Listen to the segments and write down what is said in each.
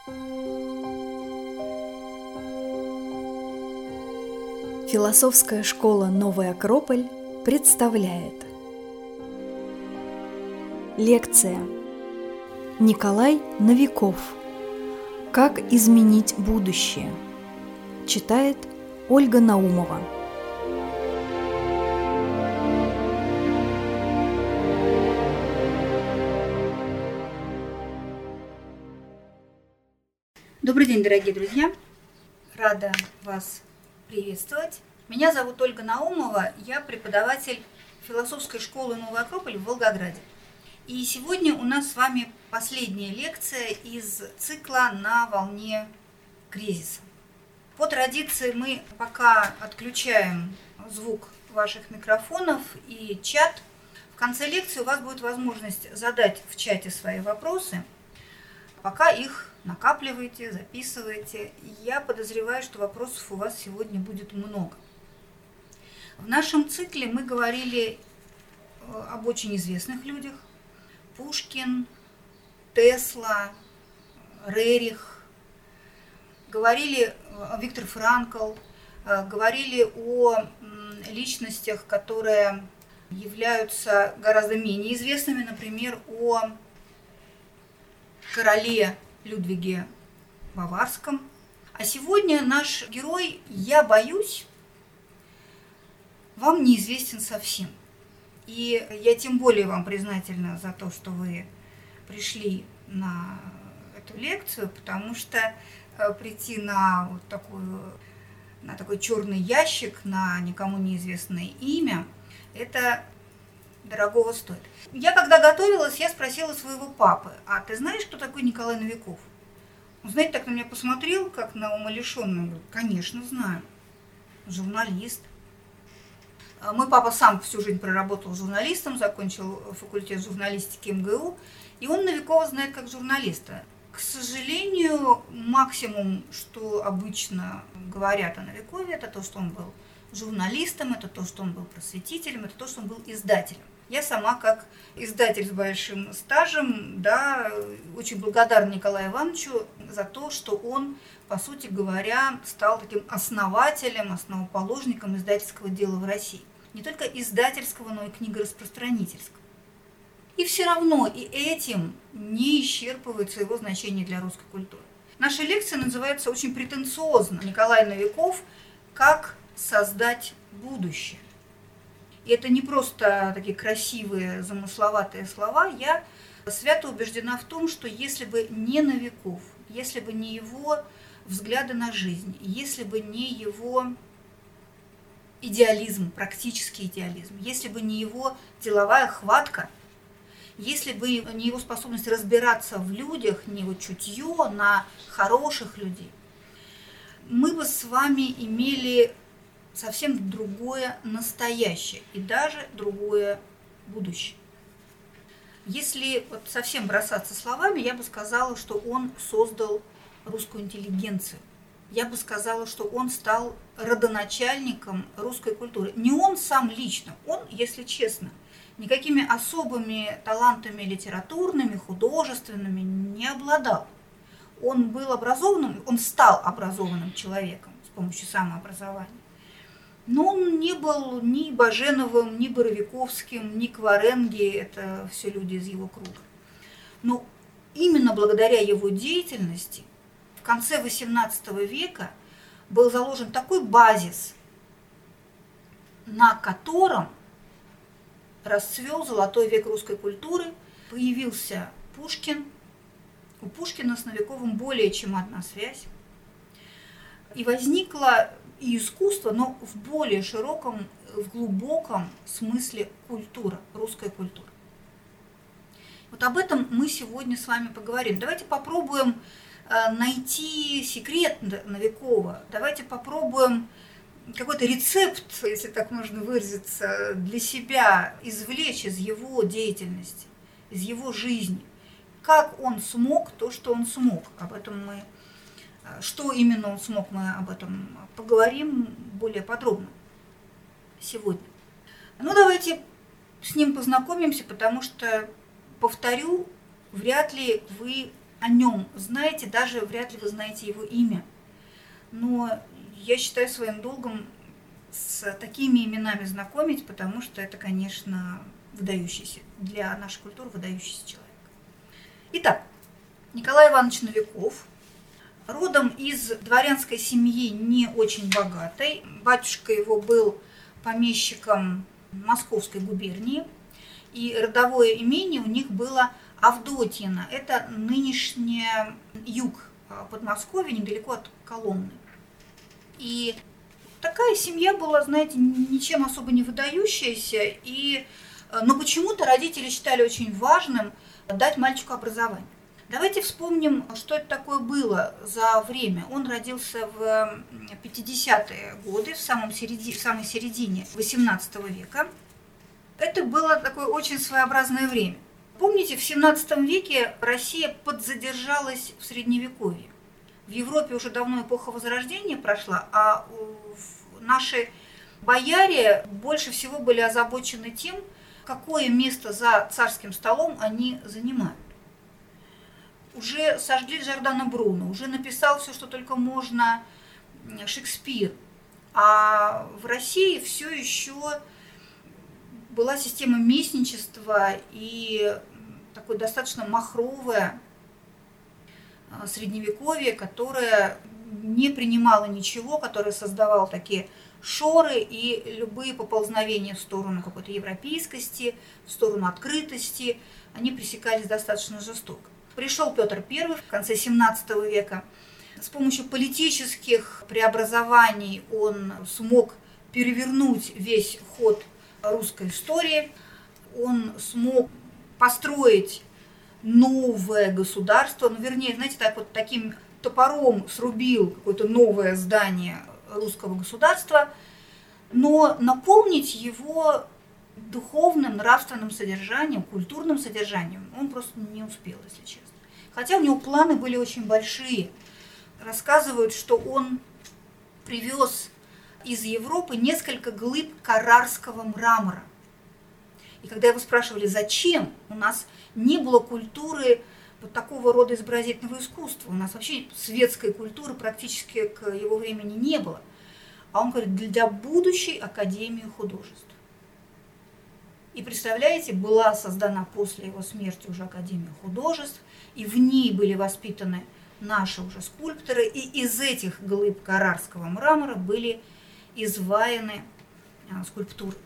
Философская школа «Новый Акрополь» представляет лекция Николай Новиков «Как изменить будущее». Читает Ольга Наумова. Добрый день, дорогие друзья! Рада вас приветствовать. Меня зовут Ольга Наумова, я преподаватель философской школы «Новый Акрополь» в Волгограде. И сегодня у нас с вами последняя лекция из цикла «На волне кризиса». По традиции мы пока отключаем звук ваших микрофонов и чат. В конце лекции у вас будет возможность задать в чате свои вопросы, пока их накапливаете, записываете. Я подозреваю, что вопросов у вас сегодня будет много. В нашем цикле мы говорили об очень известных людях. Пушкин, Тесла, Рерих. Говорили Виктор Франкл. Говорили о личностях, которые являются гораздо менее известными. Например, о короле Людвиге Баварском. А сегодня наш герой, я боюсь, вам неизвестен совсем. И я тем более вам признательна за то, что вы пришли на эту лекцию, потому что прийти на такой черный ящик, на никому неизвестное имя, это дорогого стоит. Я когда готовилась, я спросила своего папы: а ты знаешь, кто такой Николай Новиков? Он, знаете, так на меня посмотрел, как на умалишенную. Говорит: конечно, знаю. Журналист. Мой папа сам всю жизнь проработал журналистом, закончил факультет журналистики МГУ, и он Новикова знает как журналиста. К сожалению, максимум, что обычно говорят о Новикове, это то, что он был журналистом, это то, что он был просветителем, это то, что он был издателем. Я сама, как издатель с большим стажем, очень благодарна Николаю Ивановичу за то, что он, по сути говоря, стал таким основателем, основоположником издательского дела в России. Не только издательского, но и книгораспространительского. И все равно и этим не исчерпывается его значение для русской культуры. Наша лекция называется очень претенциозно «Николай Новиков. Как создать будущее». И это не просто такие красивые, замысловатые слова. Я свято убеждена в том, что если бы не Новиков, если бы не его взгляды на жизнь, если бы не его идеализм, практический идеализм, если бы не его деловая хватка, если бы не его способность разбираться в людях, не его чутье на хороших людей, мы бы с вами имели совсем другое настоящее и даже другое будущее. Если совсем бросаться словами, я бы сказала, что он создал русскую интеллигенцию. Я бы сказала, что он стал родоначальником русской культуры. Не он сам лично, он, если честно, никакими особыми талантами литературными, художественными не обладал. Он был образованным, он стал образованным человеком с помощью самообразования. Но он не был ни Баженовым, ни Боровиковским, ни Кваренги, это все люди из его круга. Но именно благодаря его деятельности в конце XVIII века был заложен такой базис, на котором расцвел золотой век русской культуры, появился Пушкин. У Пушкина с Новиковым более чем одна связь. И возникло и искусство, но в более широком, в глубоком смысле культура, русская культура. Вот об этом мы сегодня с вами поговорим. Давайте попробуем найти секрет Новикова. Давайте попробуем какой-то рецепт, если так можно выразиться, для себя извлечь из его деятельности, из его жизни. Как он смог то, что он смог. Что именно он смог, мы об этом поговорим более подробно сегодня. Давайте с ним познакомимся, потому что, повторю, вряд ли вы о нем знаете, даже вряд ли вы знаете его имя. Но я считаю своим долгом с такими именами знакомить, потому что это, конечно, выдающийся, для нашей культуры выдающийся человек. Итак, Николай Иванович Новиков, родом из дворянской семьи не очень богатой. Батюшка его был помещиком Московской губернии, и родовое имение у них было Авдотьино. Это нынешний юг Подмосковья, недалеко от Коломны. И такая семья была, знаете, ничем особо не выдающаяся, но почему-то родители считали очень важным дать мальчику образование. Давайте вспомним, что это такое было за время. Он родился в 50-е годы, в самой середине XVIII века. Это было такое очень своеобразное время. Помните, в XVII веке Россия подзадержалась в Средневековье. В Европе уже давно эпоха Возрождения прошла, а наши бояре больше всего были озабочены тем, какое место за царским столом они занимают. Уже сожгли Джордано Бруно, уже написал все, что только можно Шекспир. А в России все еще была система местничества и такое достаточно махровое средневековье, которое не принимало ничего, которое создавало такие шоры и любые поползновения в сторону какой-то европейскости, в сторону открытости, они пресекались достаточно жестоко. Пришел Петр I в конце XVII века. С помощью политических преобразований он смог перевернуть весь ход русской истории. Он смог построить новое государство, вернее, так вот таким топором срубил какое-то новое здание русского государства, но наполнить его духовным, нравственным содержанием, культурным содержанием он просто не успел, если честно. Хотя у него планы были очень большие. Рассказывают, что он привез из Европы несколько глыб каррарского мрамора. И когда его спрашивали, зачем, у нас не было культуры вот такого рода изобразительного искусства. У нас вообще светской культуры практически к его времени не было. А он говорит, для будущей Академии художеств. И представляете, была создана после его смерти уже Академия художеств, и в ней были воспитаны наши уже скульпторы, и из этих глыб каррарского мрамора были изваяны скульптуры.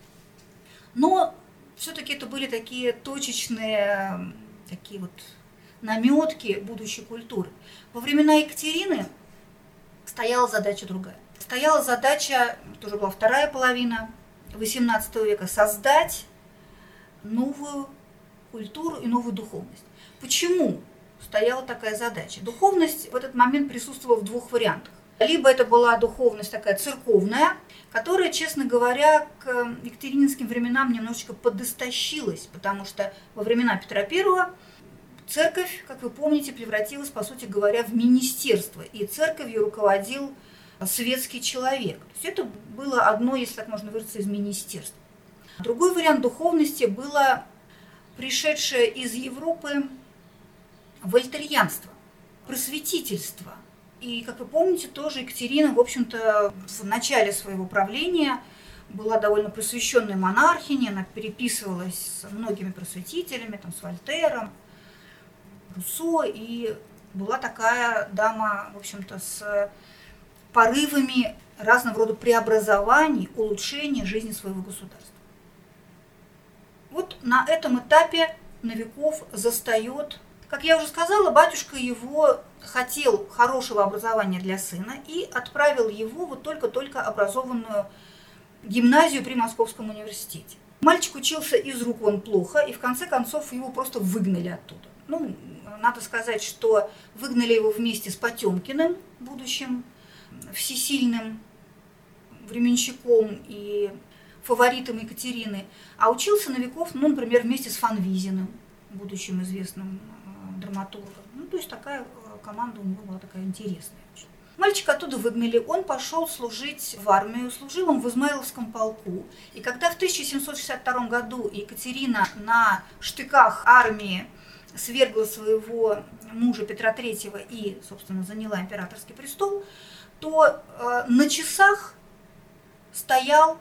Но все-таки это были такие точечные, такие вот наметки будущей культуры. Во времена Екатерины стояла задача другая. Стояла задача, это уже была вторая половина XVIII века, создать новую культуру и новую духовность. Почему стояла такая задача? Духовность в этот момент присутствовала в двух вариантах. Либо это была духовность такая церковная, которая, честно говоря, к екатерининским временам немножечко подостащилась, потому что во времена Петра I церковь, как вы помните, превратилась, по сути говоря, в министерство, и церковью руководил светский человек. То есть это было одно, если так можно выразиться, из министерств. Другой вариант духовности было пришедшее из Европы вольтерьянство, просветительство. И, как вы помните, тоже Екатерина, в общем-то, в начале своего правления была довольно просвещенной монархиней, она переписывалась с многими просветителями, с Вольтером, Руссо, и была такая дама, в общем-то, с порывами разного рода преобразований, улучшения жизни своего государства. Вот на этом этапе Новиков застает, как я уже сказала, батюшка его хотел хорошего образования для сына и отправил его в только-только образованную гимназию при Московском университете. Мальчик учился из рук вон плохо, и в конце концов его просто выгнали оттуда. Надо сказать, что выгнали его вместе с Потемкиным, будущим всесильным временщиком и фаворитом Екатерины, а учился Новиков, например, вместе с Фанвизиным, будущим известным драматургом. То есть такая команда у него была такая интересная. Мальчика оттуда выгнали, он пошел служить в армию, служил он в Измайловском полку. И когда в 1762 году Екатерина на штыках армии свергла своего мужа Петра III и, собственно, заняла императорский престол, то на часах стоял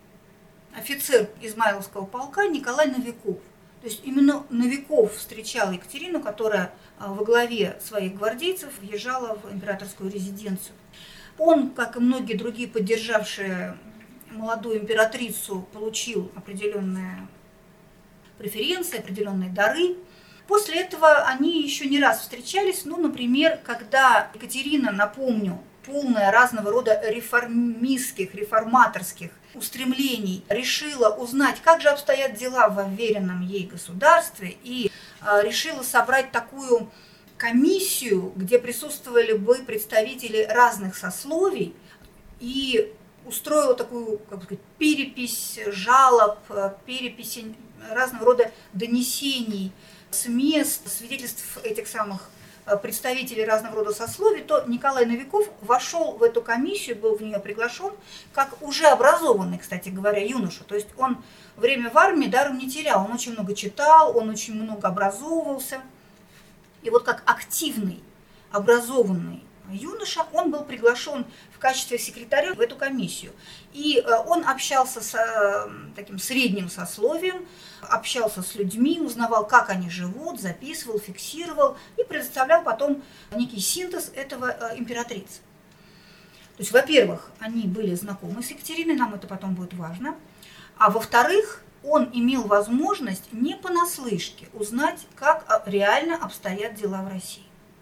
офицер Измайловского полка Николай Новиков. То есть именно Новиков встречал Екатерину, которая во главе своих гвардейцев въезжала в императорскую резиденцию. Он, как и многие другие, поддержавшие молодую императрицу, получил определенные преференции, определенные дары. После этого они еще не раз встречались, например, когда Екатерина, напомню, полная разного рода реформистских, реформаторских устремлений, решила узнать, как же обстоят дела в уверенном ей государстве, и решила собрать такую комиссию, где присутствовали бы представители разных сословий, и устроила такую, как сказать, перепись жалоб, перепись разного рода донесений с мест, свидетельств этих самых представителей разного рода сословий, то Николай Новиков вошел в эту комиссию, был в нее приглашен, как уже образованный, кстати говоря, юноша. То есть он время в армии даром не терял, он очень много читал, он очень много образовывался. И вот как активный, образованный юноша, он был приглашен в качестве секретаря в эту комиссию. И он общался с таким средним сословием, общался с людьми, узнавал, как они живут, записывал, фиксировал и предоставлял потом некий синтез этого императрицы. То есть, во-первых, они были знакомы с Екатериной, нам это потом будет важно, а во-вторых, он имел возможность не понаслышке узнать, как реально обстоят дела в России,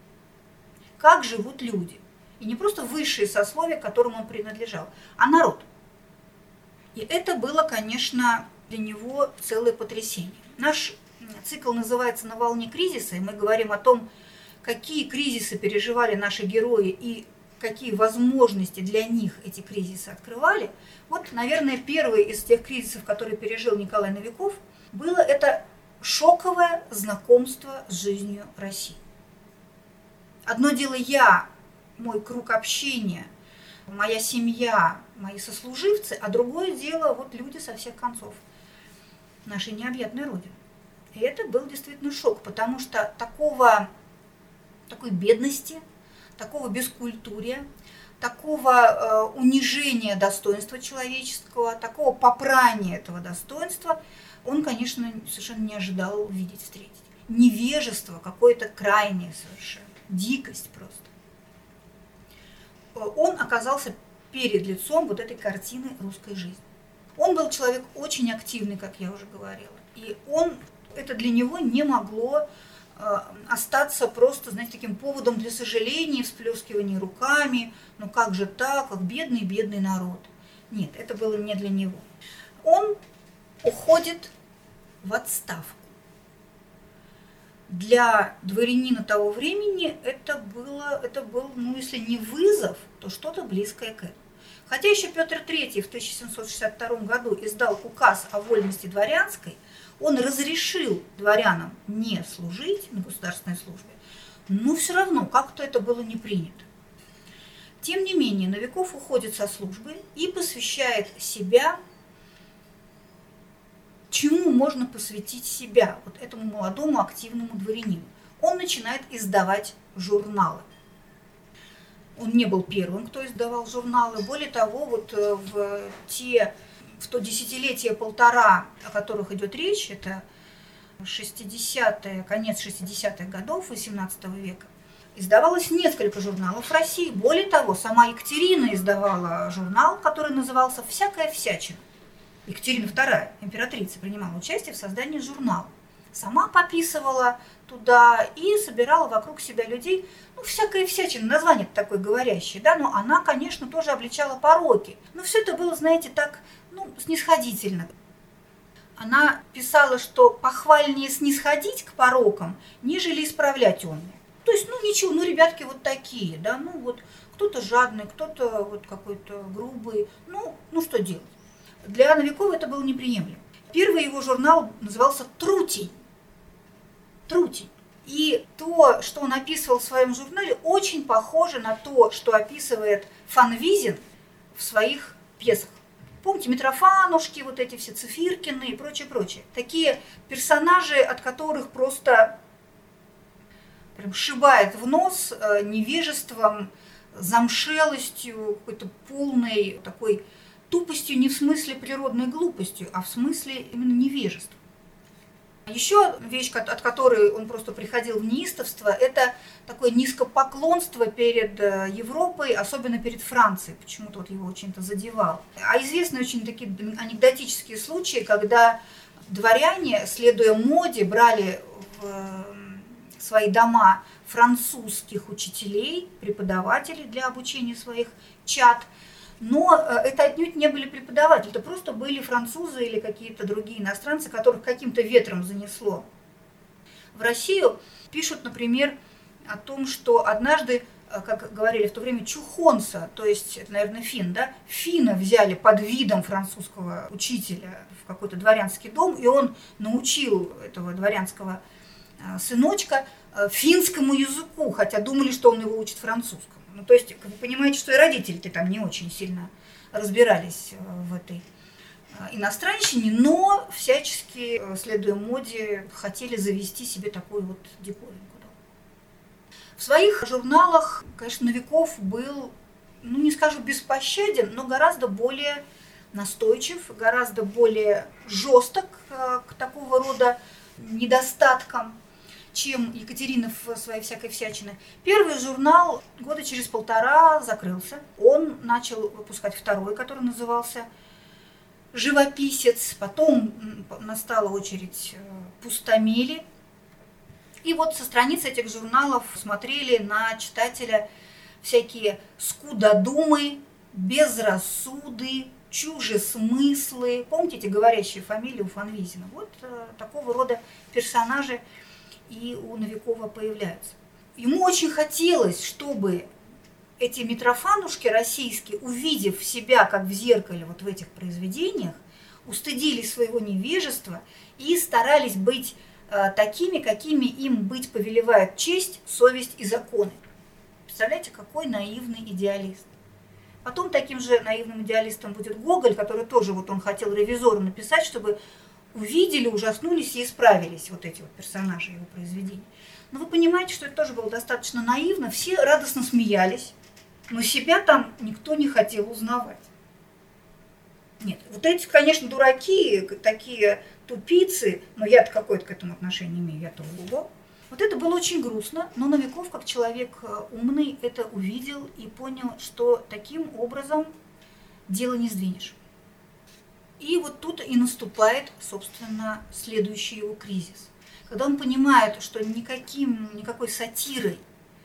как живут люди. И не просто высшие сословия, к которым он принадлежал, а народ. И это было, конечно, для него целое потрясение. Наш цикл называется «На волне кризиса», и мы говорим о том, какие кризисы переживали наши герои и какие возможности для них эти кризисы открывали. Вот, наверное, первый из тех кризисов, который пережил Николай Новиков, было это шоковое знакомство с жизнью России. Одно дело я, мой круг общения, моя семья, мои сослуживцы, а другое дело вот люди со всех концов нашей необъятной Родины. И это был действительно шок, потому что такой бедности, такого бескультурия, такого унижения достоинства человеческого, такого попрания этого достоинства он, конечно, совершенно не ожидал увидеть, встретить. Невежество какое-то крайнее совершенно, дикость просто. Он оказался перед лицом вот этой картины русской жизни. Он был человек очень активный, как я уже говорила, и это для него не могло остаться просто, знаете, таким поводом для сожаления, всплескивания руками, ну как же так, как бедный народ. Нет, это было не для него. Он уходит в отставку. Для дворянина того времени это был, ну если не вызов, то что-то близкое к этому. Хотя еще Петр III в 1762 году издал указ о вольности дворянской, он разрешил дворянам не служить на государственной службе, но все равно как-то это было не принято. Тем не менее, Новиков уходит со службы и посвящает себя, чему можно посвятить себя, вот этому молодому активному дворянину. Он начинает издавать журналы. Он не был первым, кто издавал журналы. Более того, вот в то десятилетие-полтора, о которых идет речь, это 60-е, конец 60-х годов XVIII века, издавалось несколько журналов в России. Более того, сама Екатерина издавала журнал, который назывался «Всякая всячина». Екатерина II, императрица, принимала участие в создании журнала. Сама пописывала туда и собирала вокруг себя людей. Ну, всякая всячина, название такое говорящее, да, но она, конечно, тоже обличала пороки. Но все это было, знаете, так, снисходительно. Она писала, что похвальнее снисходить к порокам, нежели исправлять умные. То есть, ничего, ребятки вот такие, да, вот кто-то жадный, кто-то вот какой-то грубый, что делать? Для Новикова это было неприемлемо. Первый его журнал назывался «Трутень». «Трутень». И то, что он описывал в своем журнале, очень похоже на то, что описывает Фанвизин в своих пьесах. Помните, Митрофанушки, вот эти все Цифиркины и прочее. Такие персонажи, от которых просто прям сшибает в нос невежеством, замшелостью, какой-то полной такой тупостью не в смысле природной глупостью, а в смысле именно невежества. Еще вещь, от которой он просто приходил в неистовство, это такое низкопоклонство перед Европой, особенно перед Францией. Почему-то вот его очень-то задевал. А известны очень такие анекдотические случаи, когда дворяне, следуя моде, брали в свои дома французских учителей, преподавателей для обучения своих чад. Но это отнюдь не были преподаватели, это просто были французы или какие-то другие иностранцы, которых каким-то ветром занесло в Россию. Пишут, например, о том, что однажды, как говорили в то время, чухонца, то есть, это, наверное, фин, да, финна взяли под видом французского учителя в какой-то дворянский дом, и он научил этого дворянского сыночка финскому языку, хотя думали, что он его учит французскому. Ну, то есть, вы понимаете, что и родители-то там не очень сильно разбирались в этой иностранщине, но всячески, следуя моде, хотели завести себе такую вот диковинку. В своих журналах, конечно, Новиков был, ну, не скажу беспощаден, но гораздо более настойчив, гораздо более жесток к такого рода недостаткам, чем Екатерина в своей всякой всячине. Первый журнал года через полтора закрылся. Он начал выпускать второй, который назывался «Живописец». Потом настала очередь «Пустомели». И вот со страниц этих журналов смотрели на читателя всякие скудодумы, безрассуды, чужесмыслы. Помните эти говорящие фамилии у Фанвизина? Вот такого рода персонажи и у Новикова появляются. Ему очень хотелось, чтобы эти митрофанушки российские, увидев себя как в зеркале вот в этих произведениях, устыдились своего невежества и старались быть такими, какими им быть повелевает честь, совесть и законы. Представляете, какой наивный идеалист. Потом таким же наивным идеалистом будет Гоголь, который тоже вот он хотел ревизору написать, чтобы увидели, ужаснулись и исправились вот эти вот персонажи его произведений. Но вы понимаете, что это тоже было достаточно наивно, все радостно смеялись, но себя там никто не хотел узнавать. Нет, вот эти, конечно, дураки, такие тупицы, но я-то какое-то к этому отношение имею, я-то ого. Вот это было очень грустно, но Новиков, как человек умный, это увидел и понял, что таким образом дело не сдвинешь. И вот тут и наступает, собственно, следующий его кризис. Когда он понимает, что никакой сатирой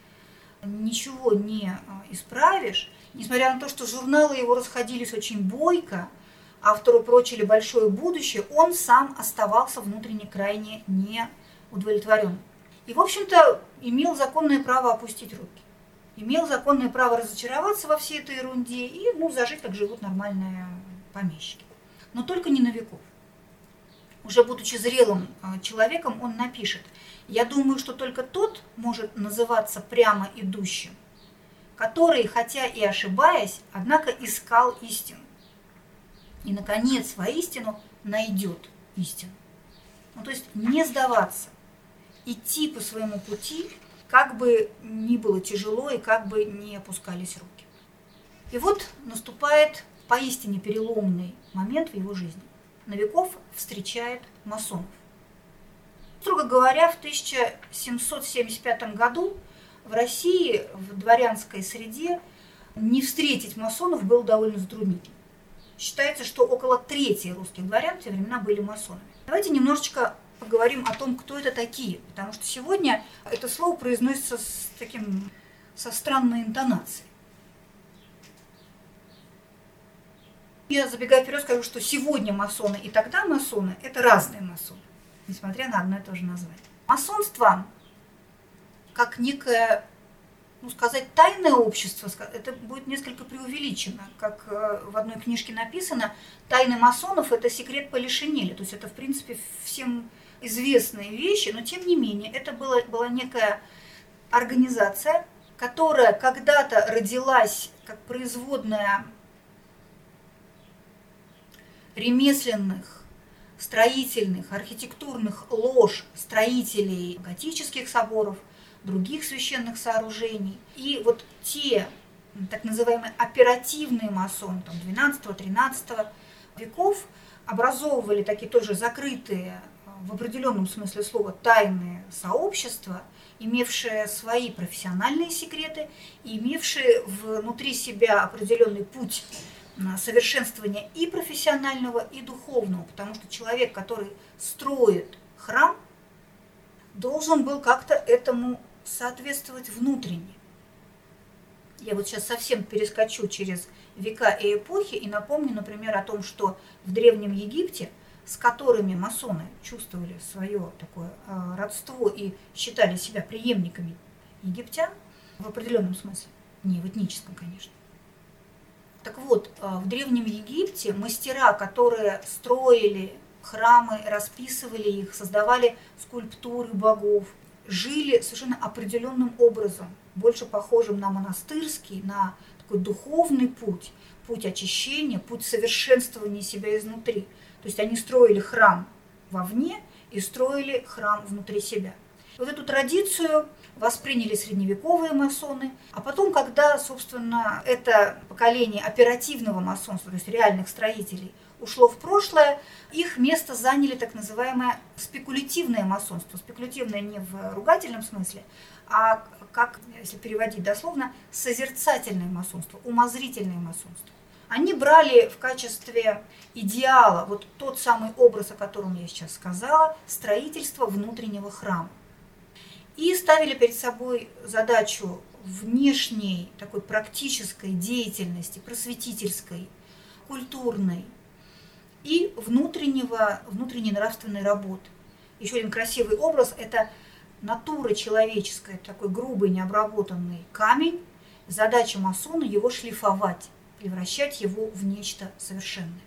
ничего не исправишь, несмотря на то, что журналы его расходились очень бойко, автору прочили большое будущее, он сам оставался внутренне крайне неудовлетворенным. И, в общем-то, имел законное право опустить руки. Имел законное право разочароваться во всей этой ерунде и зажить, как живут нормальные помещики. Но только не Новиков. Уже будучи зрелым человеком, он напишет: «Я думаю, что только тот может называться прямо идущим, который, хотя и ошибаясь, однако искал истину. И, наконец, воистину найдет истину». То есть не сдаваться, идти по своему пути, как бы ни было тяжело и как бы ни опускались руки. И вот наступает поистине переломный момент в его жизни. Новиков встречает масонов. Строго говоря, в 1775 году в России, в дворянской среде, не встретить масонов было довольно затруднительно. Считается, что около трети русских дворян в те времена были масонами. Давайте немножечко поговорим о том, кто это такие, потому что сегодня это слово произносится со странной интонацией. Я, забегая вперед, скажу, что сегодня масоны и тогда масоны – это разные масоны, несмотря на одно и то же название. Масонство, как некое, тайное общество, это будет несколько преувеличено. Как в одной книжке написано, тайны масонов – это секрет Полишинеля. То есть это, в принципе, всем известные вещи, но тем не менее это была некая организация, которая когда-то родилась как производная ремесленных, строительных, архитектурных лож строителей готических соборов, других священных сооружений. И вот те так называемые оперативные масоны 12-13 веков образовывали такие тоже закрытые, в определенном смысле слова, тайные сообщества, имевшие свои профессиональные секреты и имевшие внутри себя определенный путь совершенствования и профессионального, и духовного, потому что человек, который строит храм, должен был как-то этому соответствовать внутренне. Я вот сейчас совсем перескочу через века и эпохи и напомню, например, о том, что в Древнем Египте, с которыми масоны чувствовали свое такое родство и считали себя преемниками египтян, в определенном смысле, не в этническом, конечно. Так вот, в Древнем Египте мастера, которые строили храмы, расписывали их, создавали скульптуры богов, жили совершенно определенным образом, больше похожим на монастырский, на такой духовный путь, путь очищения, путь совершенствования себя изнутри. То есть они строили храм вовне и строили храм внутри себя. Вот эту традицию восприняли средневековые масоны, а потом, когда, собственно, это поколение оперативного масонства, то есть реальных строителей, ушло в прошлое, их место заняли так называемое спекулятивное масонство. Спекулятивное не в ругательном смысле, а, как, если переводить дословно, созерцательное масонство, умозрительное масонство. Они брали в качестве идеала вот тот самый образ, о котором я сейчас сказала, строительство внутреннего храма. И ставили перед собой задачу внешней такой практической деятельности, просветительской, культурной и внутренней нравственной работы. Еще один красивый образ – это натура человеческая, такой грубый, необработанный камень. Задача масона – его шлифовать, превращать его в нечто совершенное.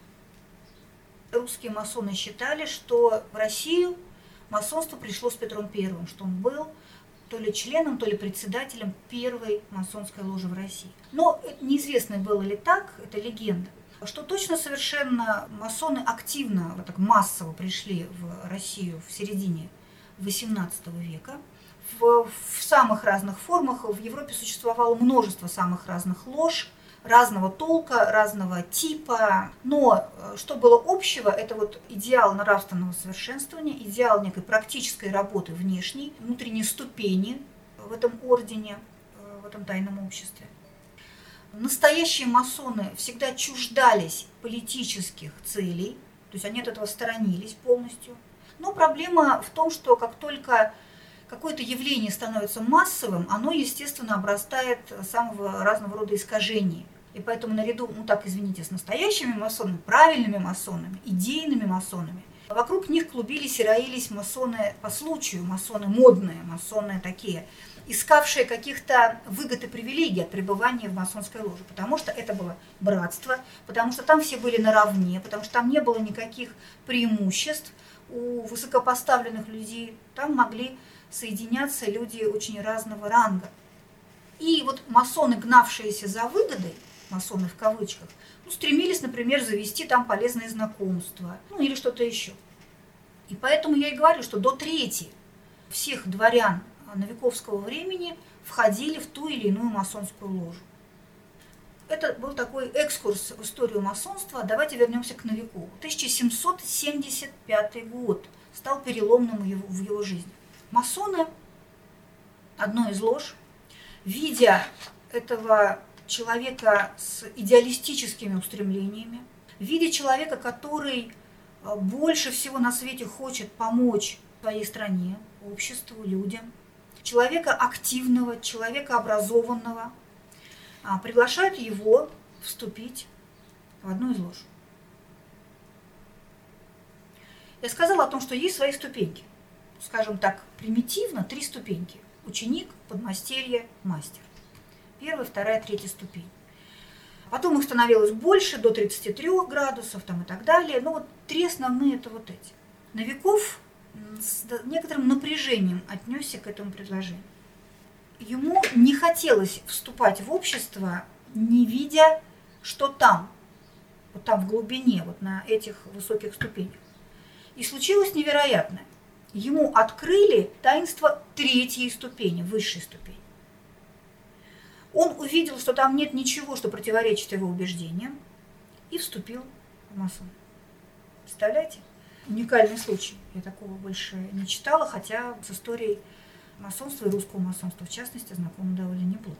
Русские масоны считали, что в Россию масонство пришло с Петром I, что он был то ли членом, то ли председателем первой масонской ложи в России. Но неизвестно, было ли так, это легенда. Что точно совершенно масоны активно, вот так массово пришли в Россию в середине XVIII века. В самых разных формах в Европе существовало множество самых разных лож, разного толка, разного типа. Но что было общего, это вот идеал нравственного совершенствования, идеал некой практической работы внешней, внутренней ступени в этом ордене, в этом тайном обществе. Настоящие масоны всегда чуждались политических целей, то есть они от этого сторонились полностью. Но проблема в том, что как только какое-то явление становится массовым, оно, естественно, обрастает самого разного рода искажениями. И поэтому наряду, с настоящими масонами, правильными масонами, идейными масонами, вокруг них клубились и роились масоны по случаю, масоны модные, масоны такие, искавшие каких-то выгод и привилегий от пребывания в масонской ложе, потому что это было братство, потому что там все были наравне, потому что там не было никаких преимуществ у высокопоставленных людей, там могли соединяться люди очень разного ранга. И вот масоны, гнавшиеся за выгодой, масоны в кавычках, стремились, например, завести там полезные знакомства, или что-то еще. И поэтому я и говорю, что до трети всех дворян новиковского времени входили в ту или иную масонскую ложу. Это был такой экскурс в историю масонства. Давайте вернемся к Новикову. 1775 год стал переломным в его жизни. Масоны, одной из лож, видя этого человека с идеалистическими устремлениями, видя человека, который больше всего на свете хочет помочь своей стране, обществу, людям, человека активного, человека образованного, приглашают его вступить в одну из лож. Я сказала о том, что есть свои ступеньки. Скажем так, примитивно 3 ступеньки. Ученик, подмастерье, мастер. 1, 2, 3 ступень. Потом их становилось больше, до 33 градусов и так далее. Но 3 основные – это вот эти. Новиков с некоторым напряжением отнесся к этому предложению. Ему не хотелось вступать в общество, не видя, что там, вот там в глубине, вот на этих высоких ступенях. И случилось невероятное. ему открыли таинство третьей ступени, высшей ступени. Он увидел, что там нет ничего, что противоречит его убеждениям, и вступил в масонство. Представляете? Уникальный случай. Я такого больше не читала, хотя с историей масонства и русского масонства, в частности, знакома довольно неплохо.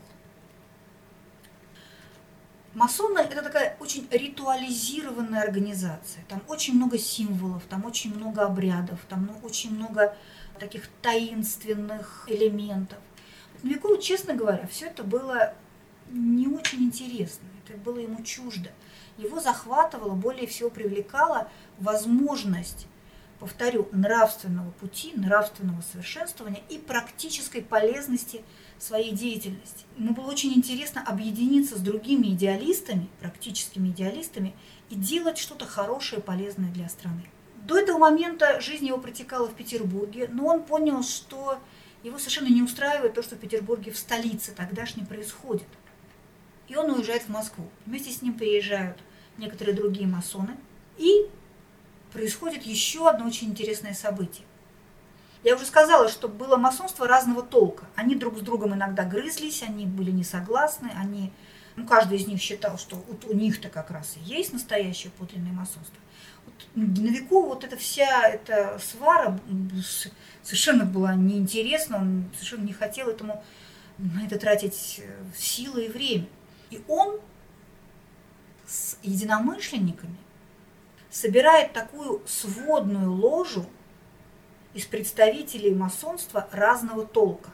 Масоны – это такая очень ритуализированная организация. Там очень много символов, там очень много обрядов, там очень много таких таинственных элементов. Новикову, честно говоря, все это было не очень интересно, это было ему чуждо. Его захватывало, более всего привлекала возможность, повторю, нравственного пути, нравственного совершенствования и практической полезности своей деятельности. Ему было очень интересно объединиться с другими идеалистами, практическими идеалистами, и делать что-то хорошее, полезное для страны. До этого момента жизнь его протекала в Петербурге, но он понял, что его совершенно не устраивает то, что в Петербурге, в столице, тогдашней происходит. И он уезжает в Москву. Вместе с ним приезжают некоторые другие масоны, и происходит еще одно очень интересное событие. Я уже сказала, что было масонство разного толка. Они друг с другом иногда грызлись, они были не согласны, каждый из них считал, что вот у них-то как раз и есть настоящее подлинное масонство. Новикову эта вся эта свара совершенно была неинтересна, он совершенно не хотел на это тратить силы и время. И он с единомышленниками собирает такую сводную ложу из представителей масонства разного толка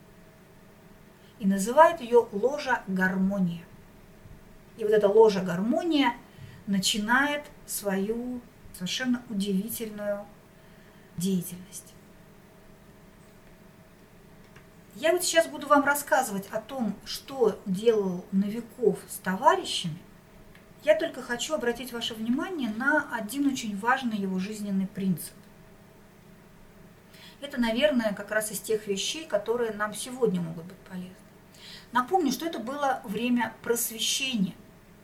и называет ее ложа «Гармония». И эта ложа «Гармония» начинает свою совершенно удивительную деятельность. Я сейчас буду вам рассказывать о том, что делал Новиков с товарищами. Я только хочу обратить ваше внимание на один очень важный его жизненный принцип. Это, наверное, как раз из тех вещей, которые нам сегодня могут быть полезны. Напомню, что это было время просвещения.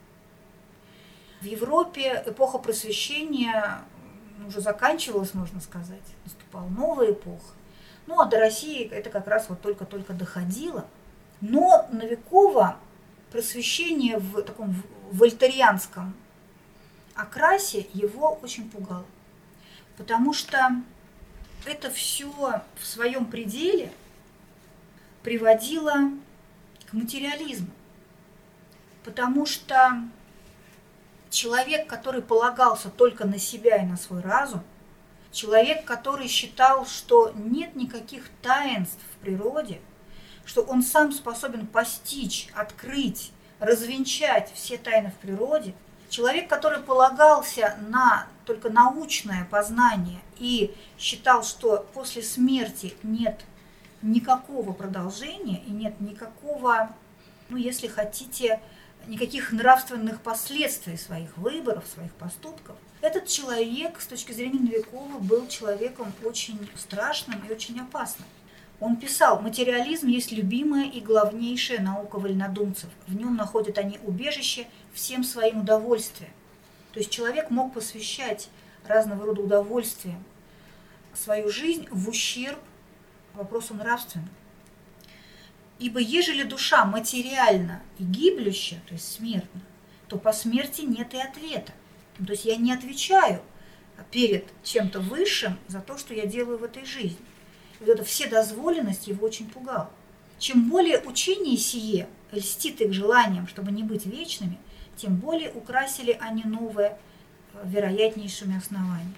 В Европе эпоха просвещения уже заканчивалась, можно сказать, наступала новая эпоха. А до России это как раз только-только доходило. Но Новикова просвещение в таком вольтерианском окрасе его очень пугало. Потому что это все в своем пределе приводило к материализму. Потому что человек, который полагался только на себя и на свой разум, человек, который считал, что нет никаких таинств в природе, что он сам способен постичь, открыть, развенчать все тайны в природе, человек, который полагался на только научное познание и считал, что после смерти нет никакого продолжения и нет никакого, если хотите, никаких нравственных последствий своих выборов, своих поступков. Этот человек, с точки зрения Новикова, был человеком очень страшным и очень опасным. Он писал: «Материализм есть любимая и главнейшая наука вольнодумцев. В нем находят они убежище всем своим удовольствием». То есть человек мог посвящать разного рода удовольствиям свою жизнь в ущерб вопросу нравственному. «Ибо ежели душа материальна и гиблюща, то есть смертна, то по смерти нет и ответа». То есть я не отвечаю перед чем-то высшим за то, что я делаю в этой жизни. И эта вседозволенность его очень пугала. Чем более учение сие льстит их желаниям, чтобы не быть вечными, тем более украсили они новое вероятнейшими основаниями.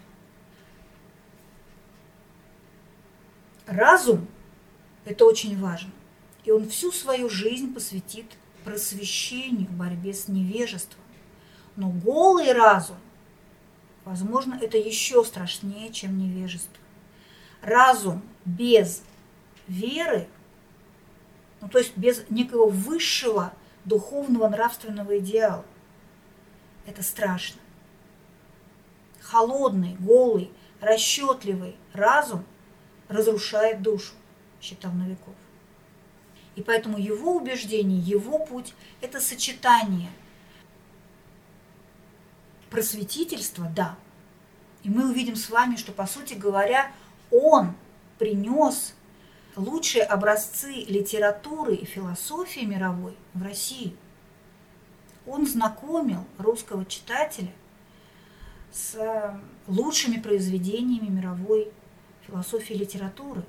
Разум – это очень важно. И он всю свою жизнь посвятит просвещению, борьбе с невежеством. Но голый разум, возможно, это еще страшнее, чем невежество. Разум без веры, то есть без некого высшего духовного нравственного идеала, это страшно. Холодный, голый, расчетливый разум разрушает душу, считал Новиков. И поэтому его убеждение, его путь – это сочетание просветительства, да. И мы увидим с вами, что, по сути говоря, он принес лучшие образцы литературы и философии мировой в Россию. Он знакомил русского читателя с лучшими произведениями мировой философии и литературы.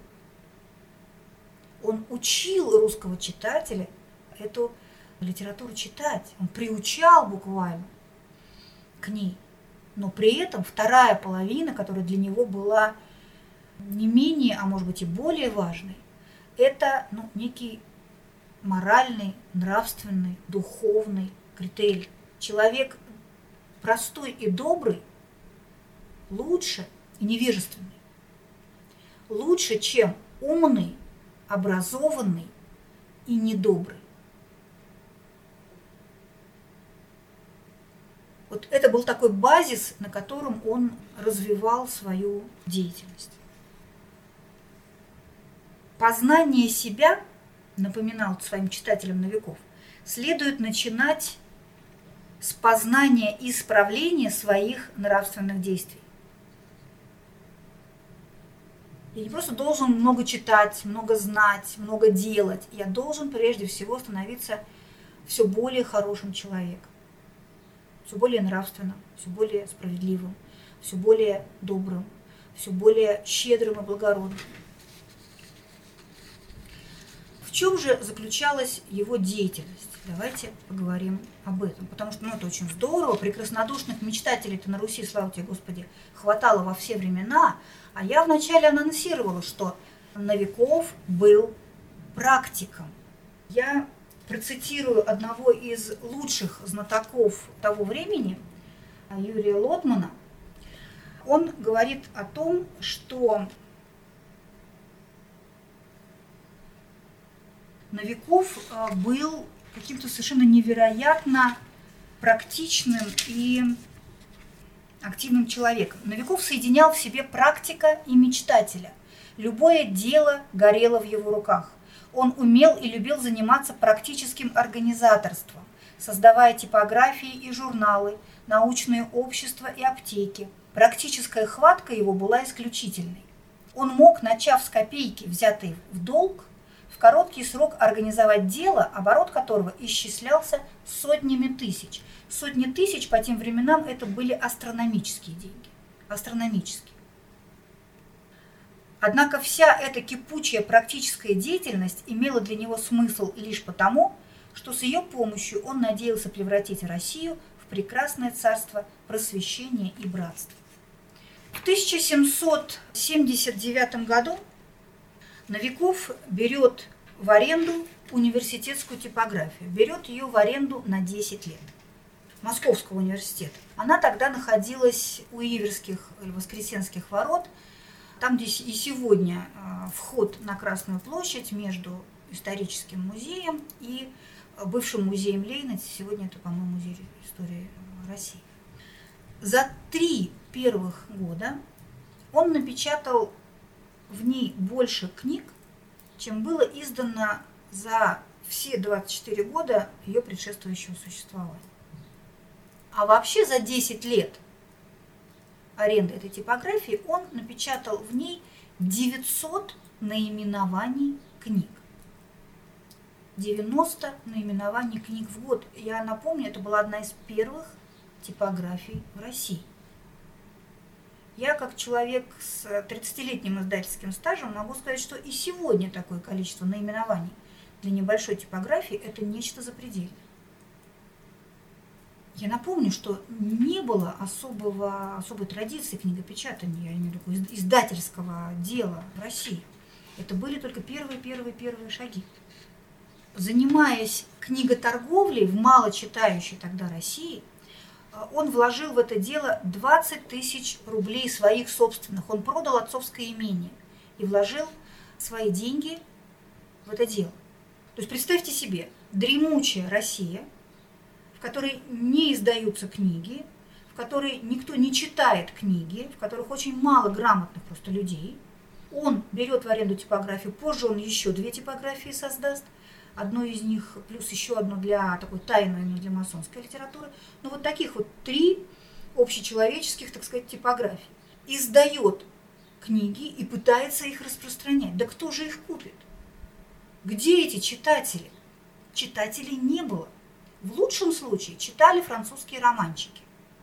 Он учил русского читателя эту литературу читать. Он приучал буквально к ней. Но при этом вторая половина, которая для него была не менее, а может быть и более важной, это некий моральный, нравственный, духовный критерий. Человек простой и добрый лучше, и невежественный, лучше, чем умный, образованный и недобрый. Вот это был такой базис, на котором он развивал свою деятельность. Познание себя, напоминал своим читателям Новиков, следует начинать с познания и исправления своих нравственных действий. Я не просто должен много читать, много знать, много делать. Я должен прежде всего становиться все более хорошим человеком, все более нравственным, все более справедливым, все более добрым, все более щедрым и благородным. В чем же заключалась его деятельность? Давайте поговорим об этом, потому что это очень здорово. Прекраснодушных мечтателей-то на Руси, слава тебе, Господи, хватало во все времена. А я вначале анонсировала, что Новиков был практиком. Я процитирую одного из лучших знатоков того времени, Юрия Лотмана. Он говорит о том, что Новиков был каким-то совершенно невероятно практичным и активным человеком. Новиков соединял в себе практика и мечтателя. Любое дело горело в его руках. Он умел и любил заниматься практическим организаторством, создавая типографии и журналы, научные общества и аптеки. Практическая хватка его была исключительной. Он мог, начав с копейки, взятой в долг, в короткий срок организовать дело, оборот которого исчислялся сотнями тысяч. Сотни тысяч по тем временам это были астрономические деньги. Астрономические. Однако вся эта кипучая практическая деятельность имела для него смысл лишь потому, что с ее помощью он надеялся превратить Россию в прекрасное царство просвещения и братства. В 1779 году Новиков берет в аренду университетскую типографию, берет ее в аренду на 10 лет. Московского университета. Она тогда находилась у Иверских или Воскресенских ворот, там, где и сегодня вход на Красную площадь между историческим музеем и бывшим музеем Ленина, сегодня это, по-моему, музей истории России. За 3 первых года он напечатал в ней больше книг, чем было издано за все 24 года ее предшествующего существования. А вообще за 10 лет аренды этой типографии он напечатал в ней 900 наименований книг. 90 наименований книг в год. Я напомню, это была одна из первых типографий в России. Я, как человек с 30-летним издательским стажем, могу сказать, что и сегодня такое количество наименований для небольшой типографии – это нечто запредельное. Я напомню, что не было особой традиции книгопечатания, я имею в виду издательского дела в России. Это были только первые шаги. Занимаясь книготорговлей в малочитающей тогда России, он вложил в это дело 20 тысяч рублей своих собственных. Он продал отцовское имение и вложил свои деньги в это дело. То есть представьте себе, дремучая Россия, в которой не издаются книги, в которой никто не читает книги, в которых очень мало грамотных просто людей. Он берет в аренду типографию, позже он еще 2 типографии создаст, одну из них плюс еще одну для такой тайной, именно для масонской литературы. Но вот таких вот 3 общечеловеческих, так сказать, типографий. Издает книги и пытается их распространять. Да кто же их купит? Где эти читатели? Читателей не было. В лучшем случае читали французские романчики.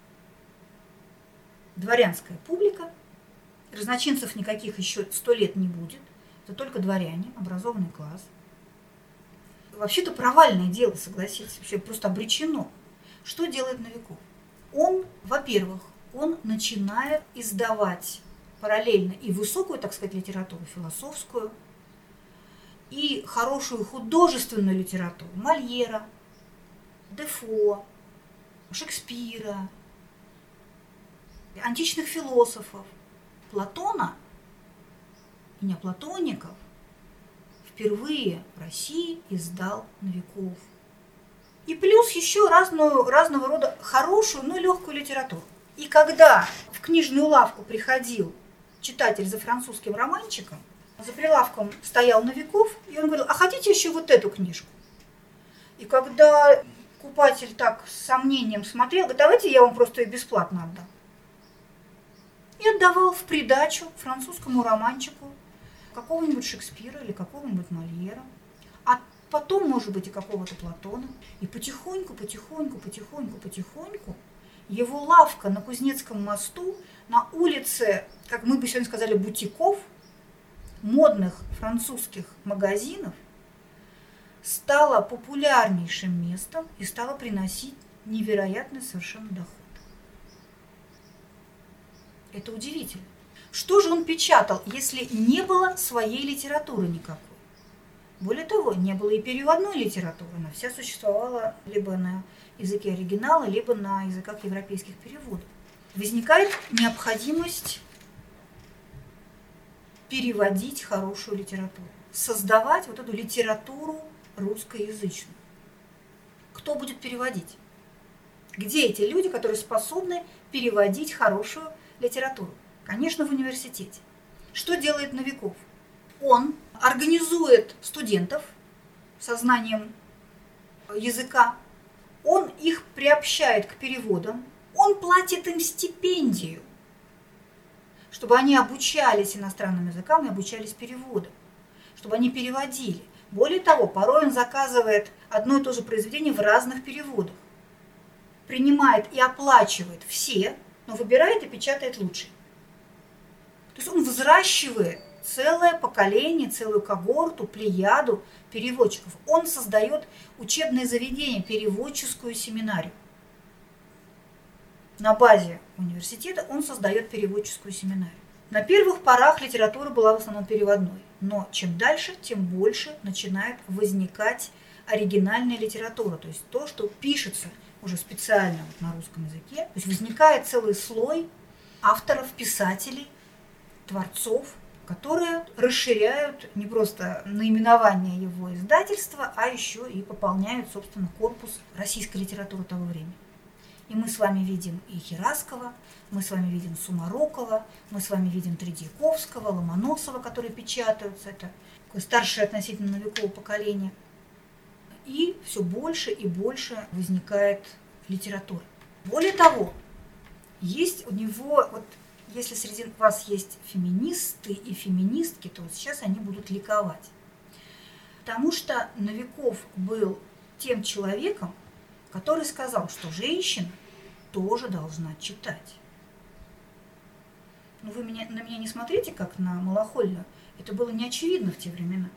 Дворянская публика, разночинцев никаких еще 100 лет не будет, это только дворяне, образованный класс. Вообще-то провальное дело, согласитесь, вообще просто обречено. Что делает Новиков? Он, во-первых, он начинает издавать параллельно и высокую, так сказать, литературу, философскую, и хорошую художественную литературу Мольера, Дефо, Шекспира, античных философов, Платона и неоплатоников впервые в России издал Новиков. И плюс еще разного рода хорошую, но легкую литературу. И когда в книжную лавку приходил читатель за французским романчиком, за прилавком стоял Новиков, и он говорил: а хотите еще вот эту книжку? И когда покупатель так с сомнением смотрел, говорит: давайте я вам просто ее бесплатно отдам. И отдавал в придачу французскому романчику какого-нибудь Шекспира или какого-нибудь Мольера, а потом, может быть, и какого-то Платона. И потихоньку его лавка на Кузнецком мосту, на улице, как мы бы сегодня сказали, бутиков, модных французских магазинов, стала популярнейшим местом и стала приносить невероятный совершенно доход. Это удивительно. Что же он печатал, если не было своей литературы никакой? Более того, не было и переводной литературы. Она вся существовала либо на языке оригинала, либо на языках европейских переводов. Возникает необходимость переводить хорошую литературу, создавать вот эту литературу русскоязычную. Кто будет переводить? Где эти люди, которые способны переводить хорошую литературу? Конечно, в университете. Что делает Новиков? Он организует студентов со знанием языка, он их приобщает к переводам, он платит им стипендию, чтобы они обучались иностранным языкам и обучались переводам, чтобы они переводили. Более того, порой он заказывает одно и то же произведение в разных переводах, принимает и оплачивает все, но выбирает и печатает лучший. То есть он взращивает целое поколение, целую когорту, плеяду переводчиков. Он создает учебное заведение, переводческую семинарию. На базе университета он создает переводческую семинарию. На первых порах литература была в основном переводной, но чем дальше, тем больше начинает возникать оригинальная литература, то есть то, что пишется уже специально вот на русском языке. То есть возникает целый слой авторов, писателей, творцов, которые расширяют не просто наименование его издательства, а еще и пополняют, собственно, корпус российской литературы того времени. И мы с вами видим и Хераскова, мы с вами видим Сумарокова, мы с вами видим Тредьяковского, Ломоносова, которые печатаются. Это такое старшее относительно Новикова поколение. И все больше и больше возникает литература. Более того, есть у него, вот если среди вас есть феминисты и феминистки, то вот сейчас они будут ликовать. Потому что Новиков был тем человеком, который сказал, что женщина тоже должна читать. Но вы на меня не смотрите, как на малохольную. Это было не очевидно в те времена.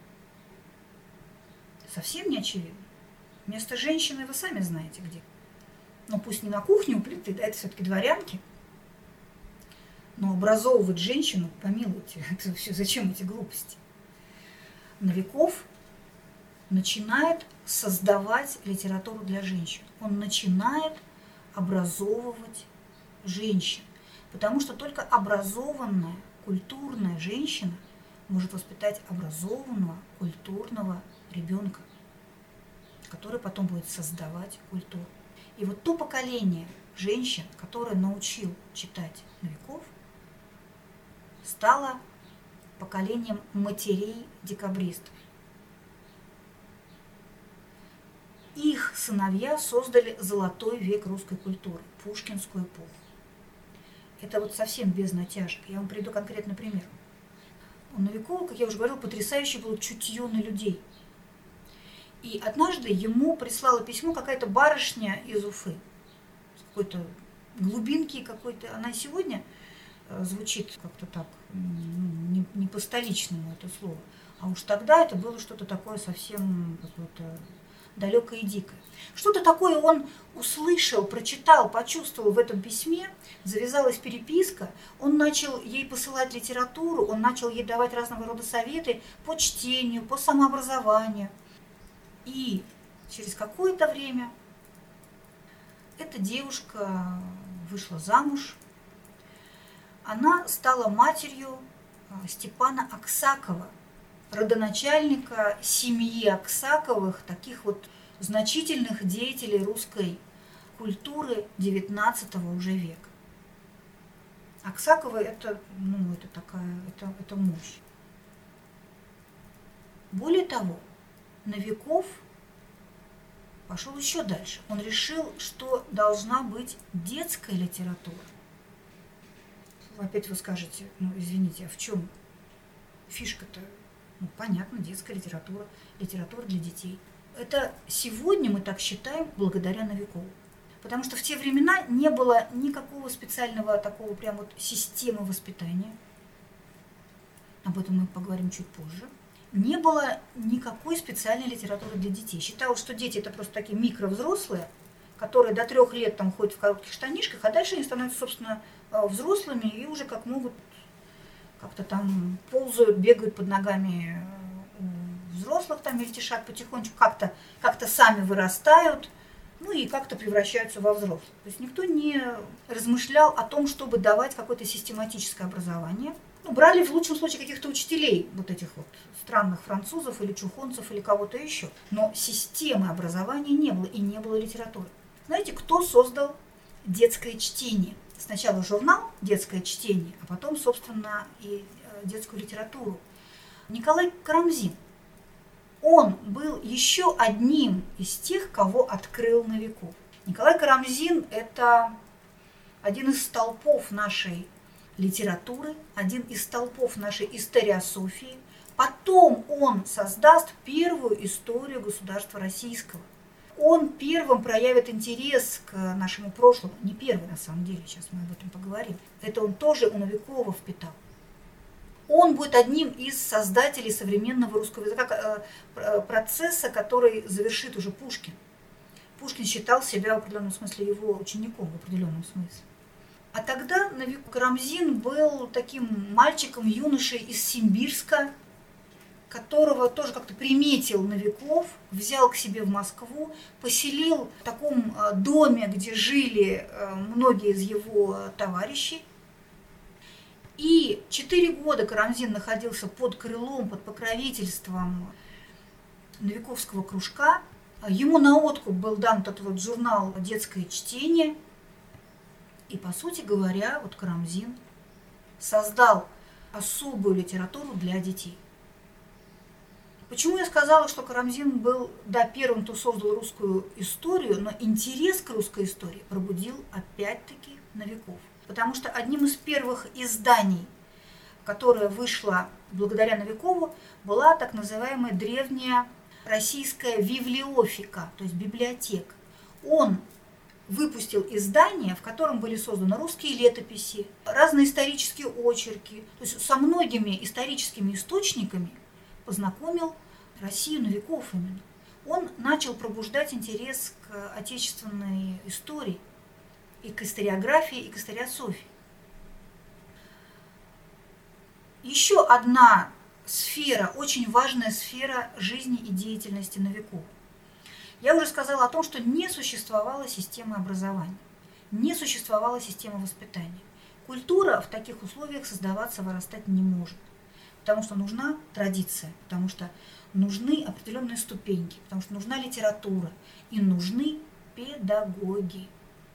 Совсем не очевидно. Место женщины вы сами знаете где. Ну, пусть не на кухне у плиты, да, это все-таки дворянки. Но образовывать женщину, помилуйте, это все, зачем эти глупости? Новиков начинает создавать литературу для женщин. Он начинает образовывать женщин. Потому что только образованная, культурная женщина может воспитать образованного, культурного ребенка, который потом будет создавать культуру. И вот то поколение женщин, которое научил читать Новиков, стало поколением матерей-декабристов. Их сыновья создали золотой век русской культуры, пушкинскую эпоху. Это вот совсем без натяжек. Я вам приведу конкретный пример. У Новикова, как я уже говорила, потрясающе было чутье на людей. И однажды ему прислала письмо какая-то барышня из Уфы, с какой-то глубинки какой-то. Она сегодня звучит как-то так, не по-столичному это слово. А уж тогда это было что-то такое совсем какое-то далекое и дикое. Что-то такое он услышал, прочитал, почувствовал в этом письме, завязалась переписка, он начал ей посылать литературу, он начал ей давать разного рода советы по чтению, по самообразованию. И через какое-то время эта девушка вышла замуж, она стала матерью Степана Аксакова, родоначальника семьи Аксаковых, таких вот значительных деятелей русской культуры XIX уже века. Аксаковы это мощь. Более того, Новиков пошел еще дальше. Он решил, что должна быть детская литература. Опять вы скажете, извините, а в чем фишка-то? Понятно, детская литература, литература для детей. Это сегодня мы так считаем благодаря Новикову. Потому что в те времена не было никакого специального такого прям вот системы воспитания. Об этом мы поговорим чуть позже. Не было никакой специальной литературы для детей. Считалось, что дети это просто такие микровзрослые, которые до 3 лет там ходят в коротких штанишках, а дальше они становятся, собственно, взрослыми и уже как могут как-то там ползают, бегают под ногами взрослых, там мельтешат потихонечку, как-то сами вырастают, и как-то превращаются во взрослых. То есть никто не размышлял о том, чтобы давать какое-то систематическое образование. Брали в лучшем случае каких-то учителей, вот этих вот странных французов или чухонцев или кого-то еще. Но системы образования не было и не было литературы. Знаете, кто создал детское чтение? Сначала журнал «Детское чтение», а потом, собственно, и детскую литературу. Николай Карамзин. Он был еще одним из тех, кого открыл Новиков. Николай Карамзин – это один из столпов нашей литературы, один из столпов нашей историософии. Потом он создаст первую историю государства российского. Он первым проявит интерес к нашему прошлому. Не первый, на самом деле, сейчас мы об этом поговорим. Это он тоже у Новикова впитал. Он будет одним из создателей современного русского языка, процесса, который завершит уже Пушкин. Пушкин считал себя в определенном смысле его учеником, в определенном смысле. А тогда Карамзин был таким мальчиком, юношей из Симбирска, которого тоже как-то приметил Новиков, взял к себе в Москву, поселил в таком доме, где жили многие из его товарищей. И 4 года Карамзин находился под крылом, под покровительством Новиковского кружка. Ему на откуп был дан этот вот журнал «Детское чтение». И, по сути говоря, вот Карамзин создал особую литературу для детей. Почему я сказала, что Карамзин был, первым, кто создал русскую историю, но интерес к русской истории пробудил опять-таки Новиков. Потому что одним из первых изданий, которое вышло благодаря Новикову, была так называемая древняя российская библиофика, то есть библиотека. Он выпустил издание, в котором были созданы русские летописи, разные исторические очерки, то есть со многими историческими источниками познакомил Россию Новиков именно. Он начал пробуждать интерес к отечественной истории, и к историографии, и к историософии. Еще одна сфера, очень важная сфера жизни и деятельности Новикова. Я уже сказала о том, что не существовала система образования, не существовала система воспитания. Культура в таких условиях создаваться, вырастать не может, потому что нужна традиция, потому что нужны определенные ступеньки, потому что нужна литература и нужны педагоги.